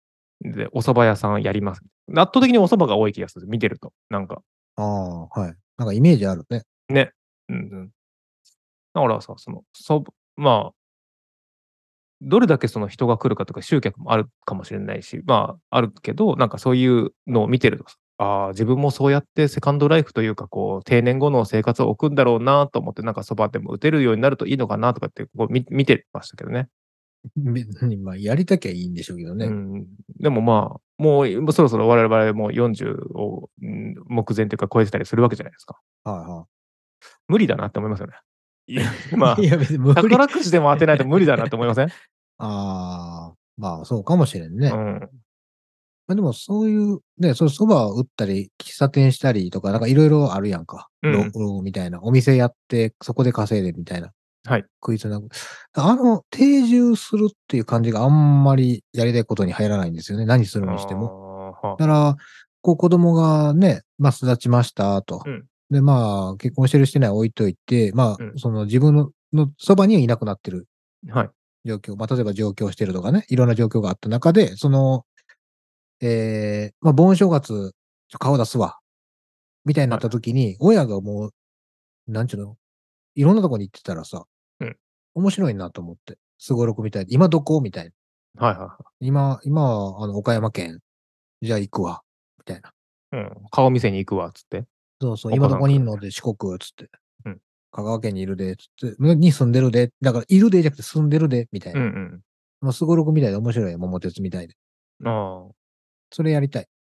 で、お蕎麦屋さんやります。圧倒的にお蕎麦が多い気がする、見てると。なんか。 ああ、はい。 なんかイメージあるね。 ね。うんうん。だからさ、その、そまあ、どれだけその人が来るかとか集客もあるかもしれないし、まあ、あるけど、なんかそういうのを見てるとさ、ああ、自分もそうやってセカンドライフというか、こう、定年後の生活を送るんだろうなと思って、なんかそばでも打てるようになるといいのかなとかって、こう、み見てましたけどね。 別に、まあ、やりたきゃいいんでしょうけどね。 うん。でもまあ、もう、もうそろそろ我々もよんじゅうを、うん、目前というか超えてたりするわけじゃないですか。 はいは無理だなって思いますよね。いや、 い。いまあ、 や、別に無理。 宝くじでも当てないと無理だなって思いません？ ああ、まあ、そうかもしれんね。 うん。 まあ、でもそういう、ね、その蕎麦を打ったり、喫茶店したりとか、なんかいろいろあるやんか。ロうん。 ロみたいな。お店やって、そこで稼いでみたいな。 はい。 クイズなく。あの、定住するっていう感じがあんまりやりたいことに入らないんですよね。何するあにしても。 あ、はあはあ。 だから、こう子供がね、まあ、巣立ちましたと。 うん、 で、まあ、結婚してるしてない置いといて、まあ、 うん。 その自分ののそばにはいなくなってるはい。 状況、まあ、例えば上京してるとかね、いろんな状況があった中で、その、ええ、まあ、盆正月、ちょ顔出すわ、みたいになっはい。 た時に、親がもう、なんちゅうの、いろんなとこに行ってたらさ、 うん。 面白いなと思って。すごろくみたいに、今どこみたいな。 はいはいは今今はあの、岡山県、じゃあ行くわ、みたいな。 い。うん。顔見せに行くわっつって、 そうそう、今どお子さん来るみたいこにいんので、四国つって。 な。うん。 香川県にいるで、つって、ねに住んでるで、だからいるでじゃなくて住んでるで、みたいな。 うんうん。 もうすごろくみたいで面白いよ、桃鉄みたいで。 ああ。 それやりたい。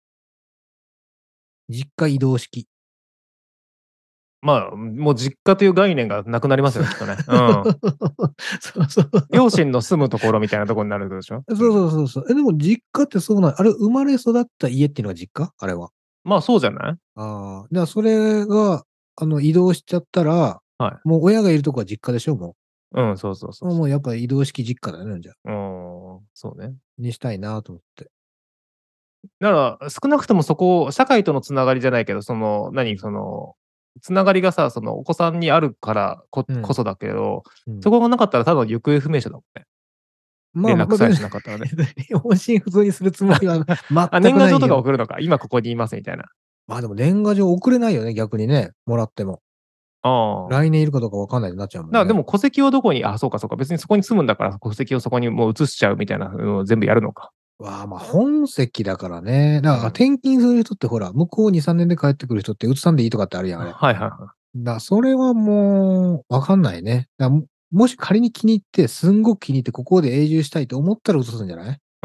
実家移動式。 まあ、もう実家という概念がなくなりますよね、きっとね。うん。 そうそう。 両親の住むところみたいなところになるってことでしょ？ そううん。 そうそうそう。え、でも実家ってそうなんあれ、生まれ育った家っていうのが実家？あれは。 まあ、そうじゃない？ ああ、だからそれが、あの、移動しちゃったら、 はい。 もう親がいるとこは実家でしょ、もうん、そうそうそう。もううそもうやっぱ移動式実家だよね、じゃあ。 う。うーん、そうね。 にしたいなと思って。 だから、少なくともそこを社会とのつながりじゃないけど、その、何、 うん。 その、つながりがさ、そのお子さんにあるからこうん。 こそだけど、 うん。 そこがなかったらただの行方不明者だもんね。 まあ、ま、 連絡さえ別しなかったらね。 に音信不通にするつもりはあ、 全年賀状とかくないよ。 送るのか、今ここにいますみたいな。 まあ、でも年賀状送れないよね、逆にね、もらっても。 ああ。 来年いるかどうかわかんないってなっちゃうもんね。 だからでも戸籍をどこに、あ、そうかそうか、別にそこに住むんだから戸籍をそこにもう移しちゃうみたいなのを全部やるのか。 わあ、ま、本籍だからね。だからうん。 転勤する人ってほら、向こうに、さんねんで帰ってくる人って移さんでいいとかってあるやん、あれ。 はいはいはい。 だ、それはもう、わかんないね。だ、ももし仮に気に入って、すんごく気に入って、ここで永住したいと思ったら移すんじゃない？ うん。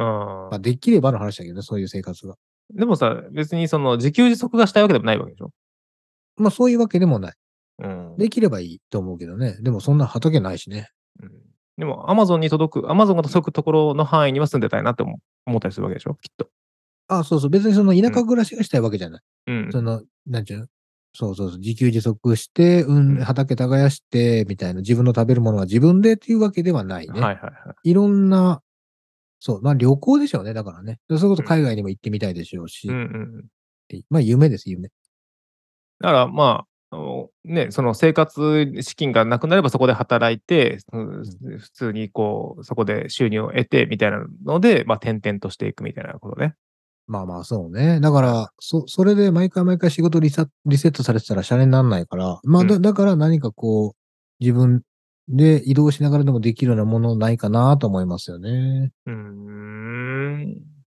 ま、できればの話だけどね、そういう生活が。 でもさ、別にその自給自足がしたいわけでもないわけでしょ？ ま、そういうわけでもない。 うん。 できればいいと思うけどね。でもそんな畑ないしね。 うん。でもアマゾンに届くアマゾンが届くところの範囲には住んでたいなって思思ったりするわけでしょ？きっと。 あ、そうそう、別にその田うん。 舎暮らしがしたいわけじゃない。 うん。 その、なんちゅうの、そうそうそう、自給自足して、うん、 うん。 畑耕してみたいな、自分の食べるものは自分でっていうわけではないね。 はいはいはい。 いろんな、そう、ま、旅行でしょうね、だからね。で、それこそうん。 海外にも行ってみたいでしょうし、 うんうんうん。 で、ま、夢です、夢。 だからまあ、あの、ね、その生活資金がなくなればそこで働いて、うん、 うん。 普通にこう、そこで収入を得てみたいなので、ま、転々としていくみたいなことね。 まあまあ、そうね。だかうん。 ら、そそれで毎回毎回仕事リサリセットされてたらシャレになんないから、まあ、だうん。 だから何かこう、自分で移動しながらでもできるようなものないかなと思いますよね。 うーん。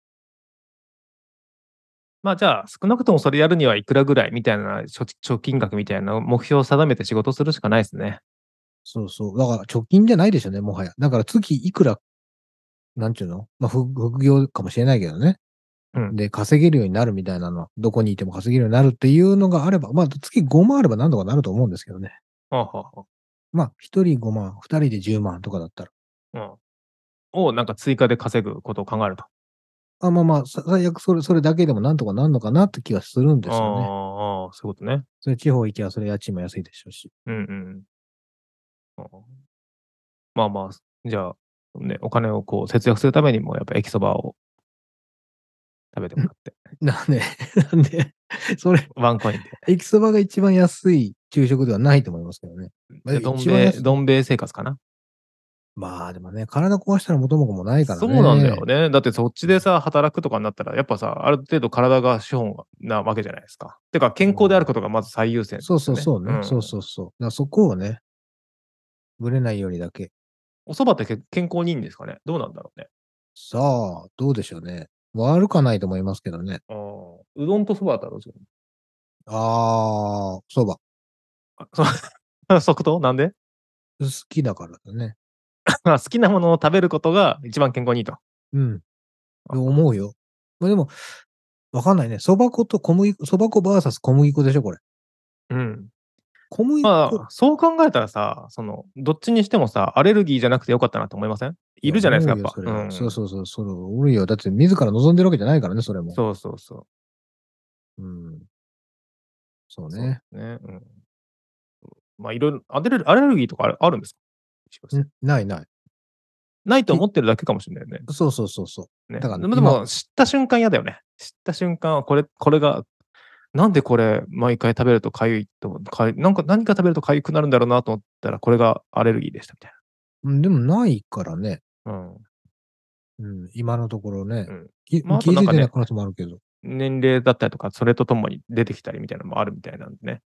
まあ、じゃあ、少なくともそれやるにはいくらぐらいみたいな、しょ貯金額みたいな目標を定めて仕事するしかないすね。 そうそう。だから貯金じゃないでしょうね、もはや。だから月いくら、なんちゅうの、ま、ふ副業かもしれないけどね。 うん。 で、稼げるようになるみたいなのは、どこにいても稼げるようになるっていうのがあれば、まあ、月ごまんあればなんとかなると思うんですけどね。 はあはあはまあ、ひとりごまん、ふたりでじゅうまんとかだったら。 あ。うん。をなんか追加で稼ぐことを考えると。 あ、まあまあ、さ最悪それそれだけでもなんとかなんのかなって気はするんであすよね。 あ、ああ、そういうことね。 それ地方行きゃそれ家賃も安いでしょうし。 うんうん。ああ。まあまあ、じゃあ、ね、お金をこう節約するためにもやっぱ駅そばを食べてもらって、 なんでなんで、それ、 ワンコインで。 駅そばが一番安い昼食ではないと思いますけどね。ま、 で、どん一番安い兵衛どん兵衛生活かな。 まあでもね、体壊したら元も子もないからそうなんだよね。 ね。だってそっちでさ、働くとかになったら、やっぱさ、ある程度体が資本なわけじゃないですか。てか健康であることがまず最優先でそうすよね。 そうそうね。そううん。 そうそう。だからそこをね、ぶれないようにだけ。 お蕎麦ってけ健康にいいんですかね？どうなんだろうね。 さあ、どうでしょうね。悪かないと思いますけどね。 ああ、うどんと蕎麦だったらどうする？ ああ、そば。 あ、そう即答？なんで？ 好きだからだね。 好きなものを食べることが一番健康にいいと。 うん。 あ、 思うよ。ま、でも、わかんないね。そば粉と小麦粉そば粉バーサス小麦粉でしょ、これ。 うん。 小麦粉まあ、そう考えたらさ、その、どっちにしてもさ、アレルギーじゃなくてよかったなと思いません？ いや、 いるじゃないですか、 思うよ、 やっぱ。 それ。 うん。 そうそうそう、それおるよ。だって自ら望んでるわけじゃないからね、それも。 そうそうそう。 うん。そうそうでね。 すね。うん。まあ、いろいろアデレルアレルギーとかあるあるんですか？石橋さん。 ん、ないない。 ないとき思ってるだけかもしれないよね。 そうそうそうそう。 ね。 だから今でもでも、知った瞬間嫌だよね。知った瞬間はこれこれが、なんでこれ毎回食べると痒いとかいなんか何か食べると痒くなるんだろうなと思ったら、これがアレルギーでしたみたいうん、でもないからね。 な。うん。 うん、今のところね。 うん。 きまあ、あ気づとなんかね、 いてない可能性もあるけど。 年齢だったりとか、それとともに出てきたりみたいなのもあるみたいなんでね。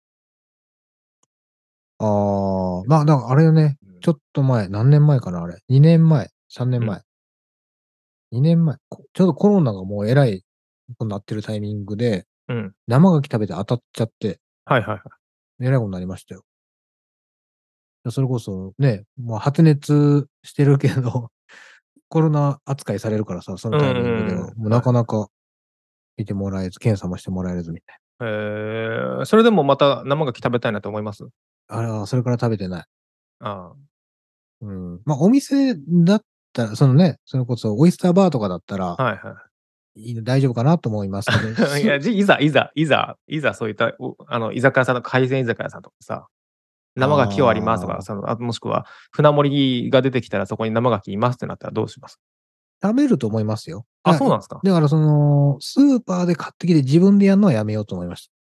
ああ、まあ、だからあれよね。 うん。 ちょっと前、何年前かな、あれ。にねんまえ、さんねんうん。 まえ。にねんまえ、こちょうどコロナがもうえらいことになってるタイミングで、 うん。 生牡蠣食べて当たっちゃって、 はいはいはい。 えらいことになりましたよ。それこそね、もう発熱してるけど、コロナ扱いされるからさ、そのうんタイミングでは。 うんうん。 もうなはい。 かなか見てもらえず、検査もしてもらえずみたいへえ、それでもまた生牡蠣食べたいなと思います？ な。あれはそれから食べてない。 ああ。 うん。ま、お店だったら、そのね、それこそオイスターバーとかだったら、 はいはい。 いい大丈夫かなと思いますけど、 いすや、じいざいざいざいざそういった、おあの、居酒屋さんの海鮮居酒屋さんとかさ、生牡蠣今日ありますとか、 ああ、 その、あ、もしくは船盛りが出てきたらそこに生牡蠣いますってなったらどうします？ 食べると思いますよ。 あ、 だいそうなんすか。 だからその、スーパーで買ってきて自分でやんのはやめようと思いました。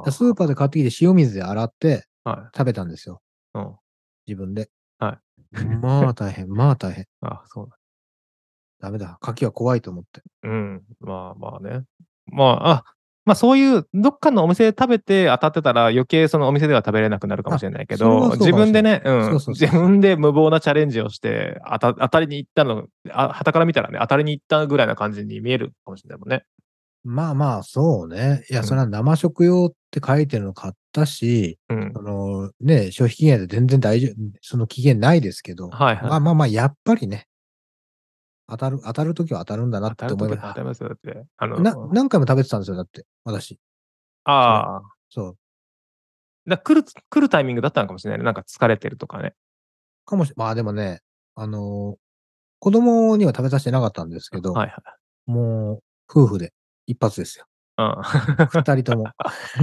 スーあパーで買ってきて塩水で洗ってあ、はい。 食べたんですよ、 うん、 自分で。 はい。 まあ大変、まあ大変。 あ、そうだ。 ダメだ、牡蠣は怖いと思って。 うん、まあまあね。まあ、あ、ま、そういうどっかのお店で食べて当たってたら、余計そのお店では食べれなくなるかもしあ、 れないけど、 それはそう自かもしれない。 分でね、うん、 そうそう自そうそう。 分で無謀なチャレンジをして、あた当たりに行ったの、あ、傍から見たらね、当たりに行ったぐらいな感じに見えるかもしれないもんね。 まあまあ、そうね。いや、 うん、 それは生食用って書いてるの買ったし、 うん。 その、ね、消費期限で全然大丈夫その期限ないですけど、 はいはい。 まあまあまあ、やっぱりね、当たる当たる時は当たるんだなっ当たる時て思いまはは当たりますよ、だって。あなの、 何回も食べてたんですよ、だって、私、それ。 ああ、 そう。 だ、来る来るタイミングだったのかもしれないね。なんか疲れてるとかね。 かもしまあ、でもね、あの、子供には食べさせてなかったんですけど、 はいはい。 もう夫婦で一発ですよ。 うん。 二人とも。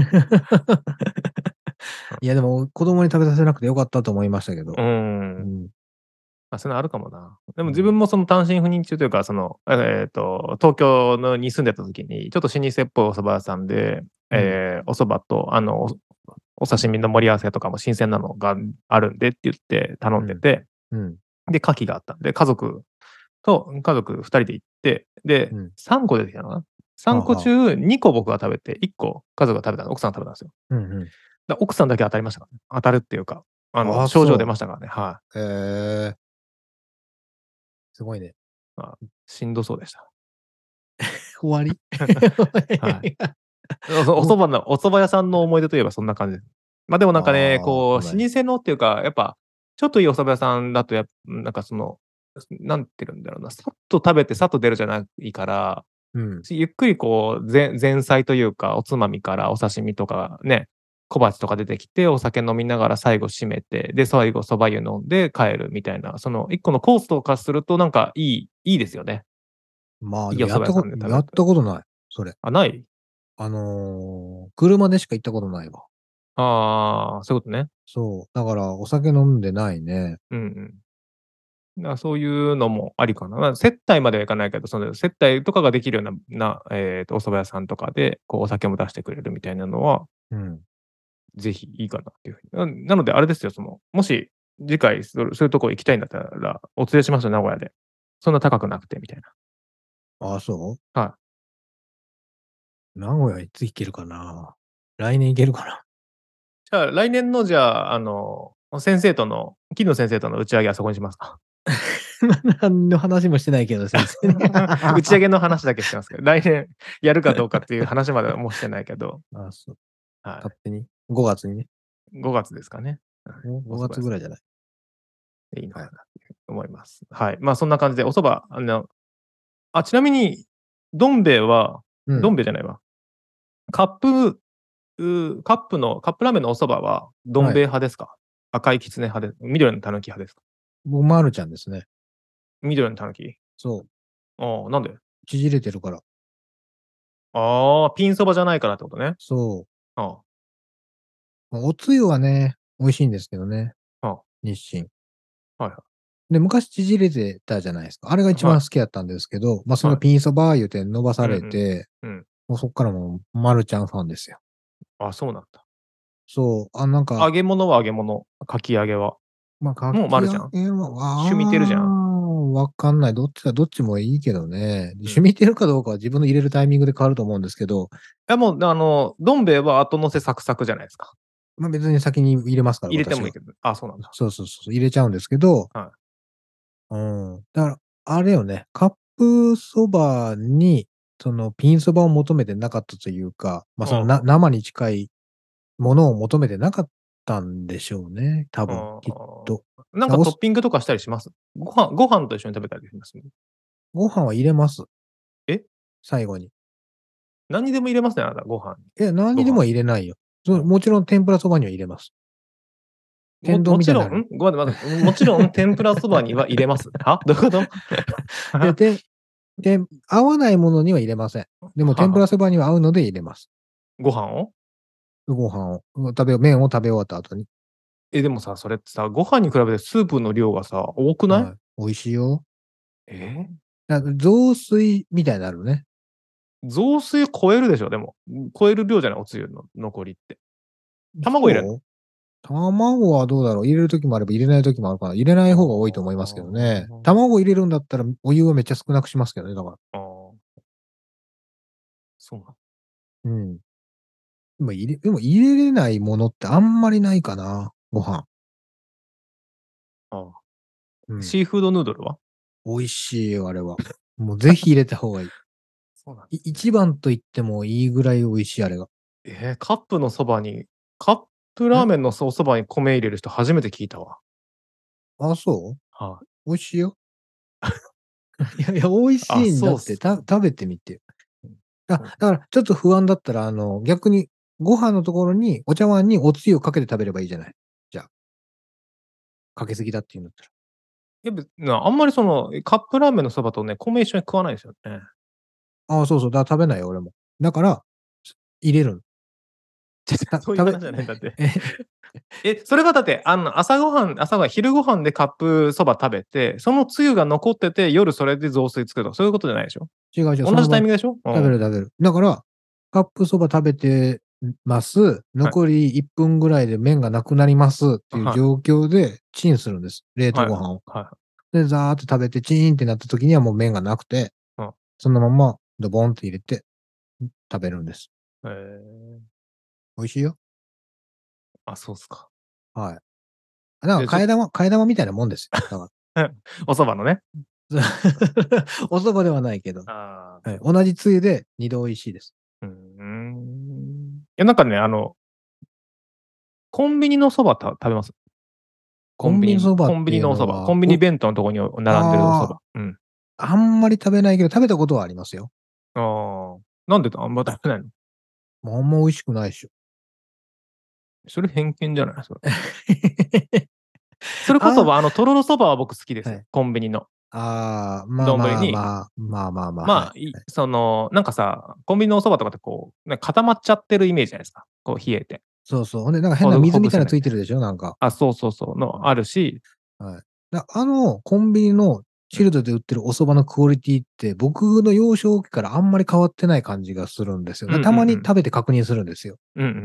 いや、でも子供に食べさせなくてよかったと思いましたけど。 うーん。 うん。 あ、そういうのあるかもな。でもうん。 自分もその単身赴任中というか、その、えっと、東京のに住んでた時に、ちょっと老舗っぽいお蕎麦屋さんで、 うん。 ええ、お蕎麦と、あの、おお刺身の盛り合わせとかも新鮮なのがあるんでって言って頼うん。 んでて、 うん。 で、牡蠣があったんで、家族と家族ふたりで行って、で、 うん。 さんこ出てきたのかな。3 はあはあ。 個中にこ僕が食べて、いっこ家族が食べたの、奥さんが食べたんですよ。 うんうん。 だ、奥さんだけ当たりましたからね。当たるっていうか、あの、 ああ、 症状出そましたからね、はい。 う。へえ、すごいね。 まあ、しんどそうでした。 終わり？ はい。おそおもう蕎麦のお蕎麦屋さんの思い出といえばそんな感じです。ま、でもなんかね、 ああ、 こう、 そうなんや。 老舗のっていうか、やっぱ、ちょっといいお蕎麦屋さんだとやなんかその、なんて言うんだろうな、さっと食べてさっと出るじゃないから、 うん。 ゆっくりこう、ぜ前菜というか、おつまみからお刺身とかね、小鉢とか出てきて、お酒飲みながら最後締めて、で、最後蕎麦湯飲んで帰るみたいな、そのいっこのコースとかするとなんかいいいいですよね。 まあ、 いでもやったこいお蕎麦屋さんで食べやっると。 たことない、それ。 あ、ない？ あの、車でしか行ったことないわ。 ああ、そういうことね。 そう、だからお酒飲んでないね。 うんうん。だからそういうのもありかな。まあ、接待まではいかないけど、その接待とかができるようなな、えっと、お蕎麦屋さんとかで、こうお酒も出してくれるみたいなのは、 うん。 ぜひいいかなっていう風に。ななのであれですよ、その、もし次回そういうとこ行きたいんだったら、お連れしますよ、名古屋で。そんな高くなくてみたいな。 ああ、そうはい。 名古屋いつ行けるかな来年行けるかなじゃあ、来年のじゃあ、あの、先生との、金の先生との打ち上げはそこにしますか？ 何の話もしてないけど、先生ね。 打ち上げの話だけしてますけど、来年やるかどうかっていう話まではもうしてないけど、 ああ、そう。 は勝手に。ごがつにね。 い。ごがつですかね。はい、 ごがつぐらいじゃないいいのかなと思います。はい。まあそんな感じで、お蕎麦、あの、あ、ちなみに、どん兵衛は、 うん。 どん兵衛じゃないわ。カップ、うカップの、カップラーメンのお蕎麦は、どんはい。 兵衛派ですか？赤いきつね派で、緑のたぬき派ですか？ 僕、まるちゃんですね。 緑のたぬき。 そう。 ああ、なんで？ 縮れてるから。 ああ、ピンそばじゃないからってことね。 そあう。おつゆはね、美味しいんですけどね。 あ、あ日清。 あ、はいはで、昔縮れてたじゃないですか。あれが一い。はい。 番好きだったんですけど、まあ、それはい。 がピンそば言うて伸ばさうんうん。 れて、 うん。 もうそっからもう、まるちゃんファンですよ。 あ、そうなんだ。 そう。あ、なんか、 揚げ物は揚げ物。かき揚げは。 まあ、かもうき丸ちゃん？ 揚げは、 染みてるじゃん。 あー、わかんない。どっちだ、どっちもいいけどね。 うん。 染みてるかどうかは自分の入れるタイミングで変わると思うんですけど、 いやもう、あの、どん兵衛は後乗せサクサクじゃないですか。 まあ、別に先に入れますから、私は。 入れてもいいけど。あ、そうなんだ。 そうそうそう、入れちゃうんですけど、 はい。 うん。だから、あれよね、カップそばに、そのピンそばを求めてなかったというか、まあ、そのなあ生に近いものを求めてなかったんでしょうね、多あ、 分、きっあと。 あ。なんかトッだおすピングとかしたりします？ご飯ご飯と一緒に食べたりします？ ご飯は入れます、 え？ 最後に。 何にでも入れますね、あなた、ご飯に。 え、何にでもご飯。 入れないよ。そうん。 うもちろん天ぷらそばには入れます。 も天丼もちろん、 みたいになる。 ん、ごめん待って、もちろん天ぷらそばには入れます。は？どういうこと？ で、てて合わないものには入れません。でも天ぷはは。 らそばには合うので入れます。 ご飯を？ ご飯を、うん食べ麺を食べ終わった後に。 え、でもさ、それってさ、ご飯に比べてスープの量がさ、多くない？ はい。美味しいよ。 えなんか雑炊みたいになるね。 雑炊超えるでしょ、でも。超える量じゃない、おつゆの残りって。卵入れんの？ そう卵はどうだろう入れる時もあれば入れない時もあるから、入れないあ方が多いと思いますけどね。 あ。 卵入れるんだったらお湯をめっちゃ少なくしますけどね、だから。 ああ。そうなん。 うん。でも入れ、でも入れれないものってあんまりないかな、ご飯。 ああ。 うん。 シーフードヌードルは？ 美味しいよ、あれは。もうぜひ入れた方がいい。 そうなんでいすね。 一番と言ってもいいぐらい美味しい、あれが。 えー、カップのそばに、カップラーんメンのそおそばに米入れる人初めて聞いたわ。 あ、そうはい。 美味しいよ。いやいや、美味しあ、 いんだって、 そうっす。 た食べてみて。 うん。 あ、 そう。 だからちょっと不安だったら、あの、逆にご飯のところにお茶碗におつゆをかけて食べればいいじゃない。じゃあ、かけすぎだっていうんだったら。 いや、べなあんまりその、カップラーメンのそばとね、米一緒に食わないんですよね。 ああ、そうそう、だから食べないよ、俺も。だから、入れる。 ちょた食べそういう話じゃないんだって。 え、 え、それはだって、あの、朝ごはん朝ごはん昼ご飯でカップそば食べて、そのつゆが残ってて、夜それで雑炊作るとか、そういうことじゃないでしょ？ 違う違う、 同その場合、 じタイミングでしょ？うん。 食べる食べる。だから、カップそば食べてます。 はい。 残りいっぷんぐらいで麺がなくなりますっていうはい。 状況でチンするんです。冷凍はい。 ご飯を。 はい。 で、ザーって食べてチーンってなった時にはもう麺がなくて、 うん。 そのままドボンって入れて食べるんです。 へえ。 美味しいよ。 あ、そうっすか。 はい。なんで、ちょっとか替え玉替え玉みたいなもんですよ。だかお蕎麦のね。 ら。お蕎麦ではないけど、 ああ。 はい、同じつゆでにど美味しいです。 うーん。いや、なんかね、あの、コンビニの蕎麦た食べます？ココンビニンビニそばっていうコンビニのお蕎麦。コのは、 ンビニお弁当のとこに並んでるお蕎麦。 あうん。 あ、あんまり食べないけど、食べたことはありますよ。 ああ。なんであんま食べないの？ もうあんま美味しくないっしょ。 それ偏見じゃない？それ。それこそ、 ああの、とろろそばは僕好きですよ、 はい。 コンビニの。 ああ、まあまあ丼に、 まあ、まあまあまあ、はい。 まあ、いその、なんかさ、コンビニのお蕎麦とかってこう、ね、固まっちゃってるイメージじゃないですか。こう冷えて。 そうそう。ほんで、なんか変ほどな水みたいなのほぐせないみたいついてるでしょ、なんか。 な。あ、そうそうそう、のあるし、 はい。だあの、コンビニのチうん、 ルドで売ってるお蕎麦のクオリティって、僕の幼少期からあんまり変わってない感じがするんですよ。 うんうんだたまにうん。 食べて確認するんですよ。 うんうん。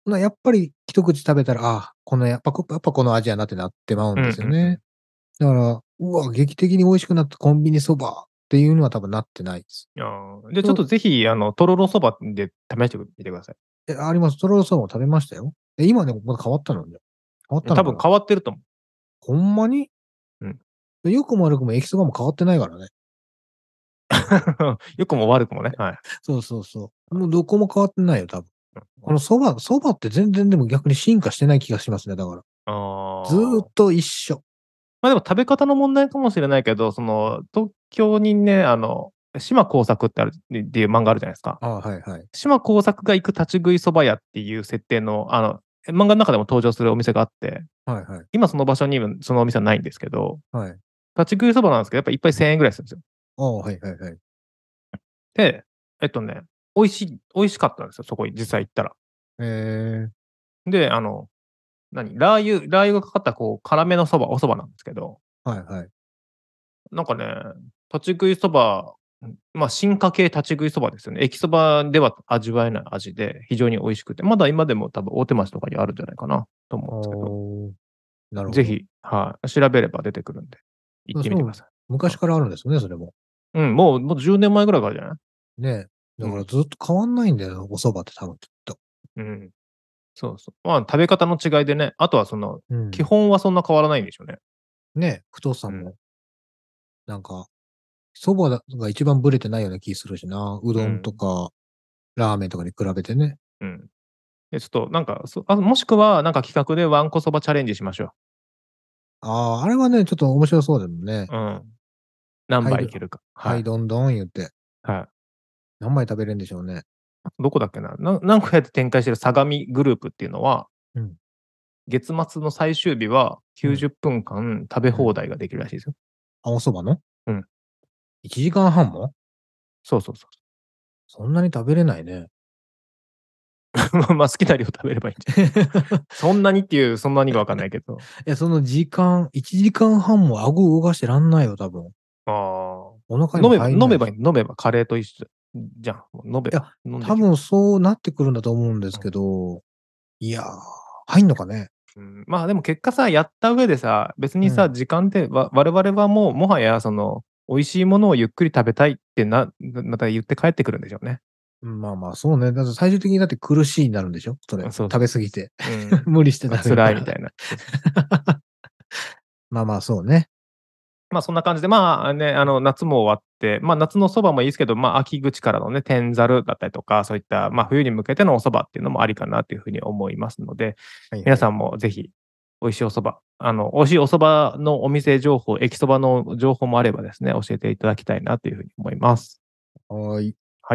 なやっぱり一口食べたら、あ、このやっぱこやっぱこの味やなってなってまうんですようんうんうん。 ね。だから、うわ、劇的に美味しくなったコンビニそばっていうのは多分なってないです。 ああ、じゃ、ちょっととぜひ、あの、とろろそばで試してみてください。 え、あります。とろろそばも食べましたよ。え、今でもまだ変わったのね。変わったのかな？ 多分変わってると思う。 ほんまに？ うん。 良くも悪くも駅そばも変わってないからね。 良くも悪くもね、はい。 そうそうそう。もうどこも変わってないよ、多分。 うん。 このそばそばって全然でも逆に進化してない気がしますね、だから。ずーっああ。 と一緒。 ま、でも食べ方の問題かもしれないけど、その、東京にね、あの、島耕作ってあるっていう漫画あるじゃないですか。 ああ、はいはい。 島耕作が行く立ち食いそば屋っていう設定の、あの、漫画の中でも登場するお店があって、 はいはい。 今その場所にはそのお店はないんですけど、 はい。 立ち食いそばなんですけど、やっぱ一杯せんえんぐらいするんですよ。 ああ、はいはいはい。 で、えっとね、美味しい美味しかったんですよ、そこに実際行ったら。 ええ、 で、あの、何、ラー油ラー油がかかったこう辛めのそばお蕎麦なんですけど、 はいはい。 なんかね、立ち食いそば、ん、ま、進化系立ち食いそばですよね。駅そばでは味わえない味で、非常に美味しくて、まだ今でも多分大手町とかにあるんじゃないかなと思うんですけど、 おお、なるほど。 ぜひ、はい、調べれば出てくるんで、行っあ、そう、 てみてください。 昔からあるんですよね、それも。 うん、もうもうじゅうねんまえぐらいからじゃない？ ね。だからうん、 ずっと変わんないんだよ、お蕎麦って多分きっと。 うん。そうそう。まあ、食べ方の違いでね、あとはその、基うん。 本はそんな変わらないんでしょうね。 ね、太さうん、 もなんか、蕎麦だが一番ブレてないような気するしな。うどんとうん、 かラーメンとかに比べてね。 うん。で、ちょっとなんか、そあ、もしくはなんか企画でわんこそばチャレンジしましょああ、あれはね、ちょっと面白そうだもんね。 う。うん。何はいど杯いけるか。はい。 はい、どんどん言って、 はい。 何枚食べれんでしょうね。 どこだっけな、な何個やって展開してる相模グループっていうのは、 うん、 月末の最終日はうん、 きゅうじゅっぷんかん食べうん。 放題ができるらしいですよ。 あ、お蕎麦の？ うん。 いちじかんはんも？ そうそうそう。 そんなに食べれないね。 ま、好きな量食べればいいんじゃない。そんなにっていう、そんなにがわかんないけど。 いや、その時間、いちじかんはんも顎動かしてらんないよ、多分。 ああ。 お腹にも飲めば入んないし。 飲めばいい飲めばカレーと一緒じゃん。もう飲めいや、 ば、飲んでけば。 多分そうなってくるんだと思うんですうん。 けど、いや、入んのかね？ うん、まあ、でも結果さ、やった上でさ、別にさ、 うん。 時間ってわ我々はもう、もはやその、美味しいものをゆっくり食べたいってなまた言って帰ってくるんでしょうね。 まあまあ、そうね。だって最終的にだって苦しいになるんでしょ？それ、 うん、そう食そうそう。 べ過ぎて。 うん。 無理してあ、 食べるから。 辛いみたいな。そうそうそう。 まあまあ、そうね。 まあ、そんな感じで、まあ、ね、あの、夏も終わって、まあ、夏のそばもいいですけど、まあ、秋口からのね、天ざるだったりとか、そういった、まあ、冬に向けてのお蕎麦っていうのもありかなというふうに思いますので、 はいはい。 皆さんもぜひ美味しいお蕎麦、あの、美味しいお蕎麦のお店情報、駅そばの情報もあればですね、教えていただきたいなというふうに思います。 はーい。 はい。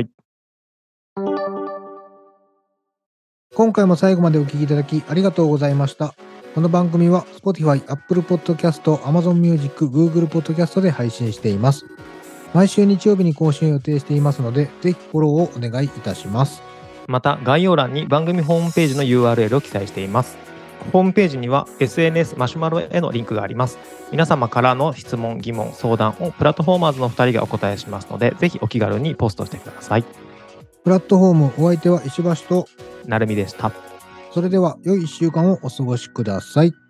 今回も最後までお聞きいただきありがとうございました。この番組は Spotify、Apple Podcast、Amazon Music、Google Podcast で配信しています。毎週日曜日に更新を予定していますので、ぜひフォローをお願いいたします。 また、概要欄に番組ホームページの ユーアールエル を記載しています。ホームページには エスエヌエス マシュマロへのリンクがあります。皆様からの質問、疑問、相談をプラットフォーマーズのふたりがお答えしますので、ぜひお気軽にポストしてください。 プラットフォームお相手は石橋と、 なるみでした。 それでは良いいっしゅうかんをお過ごしください。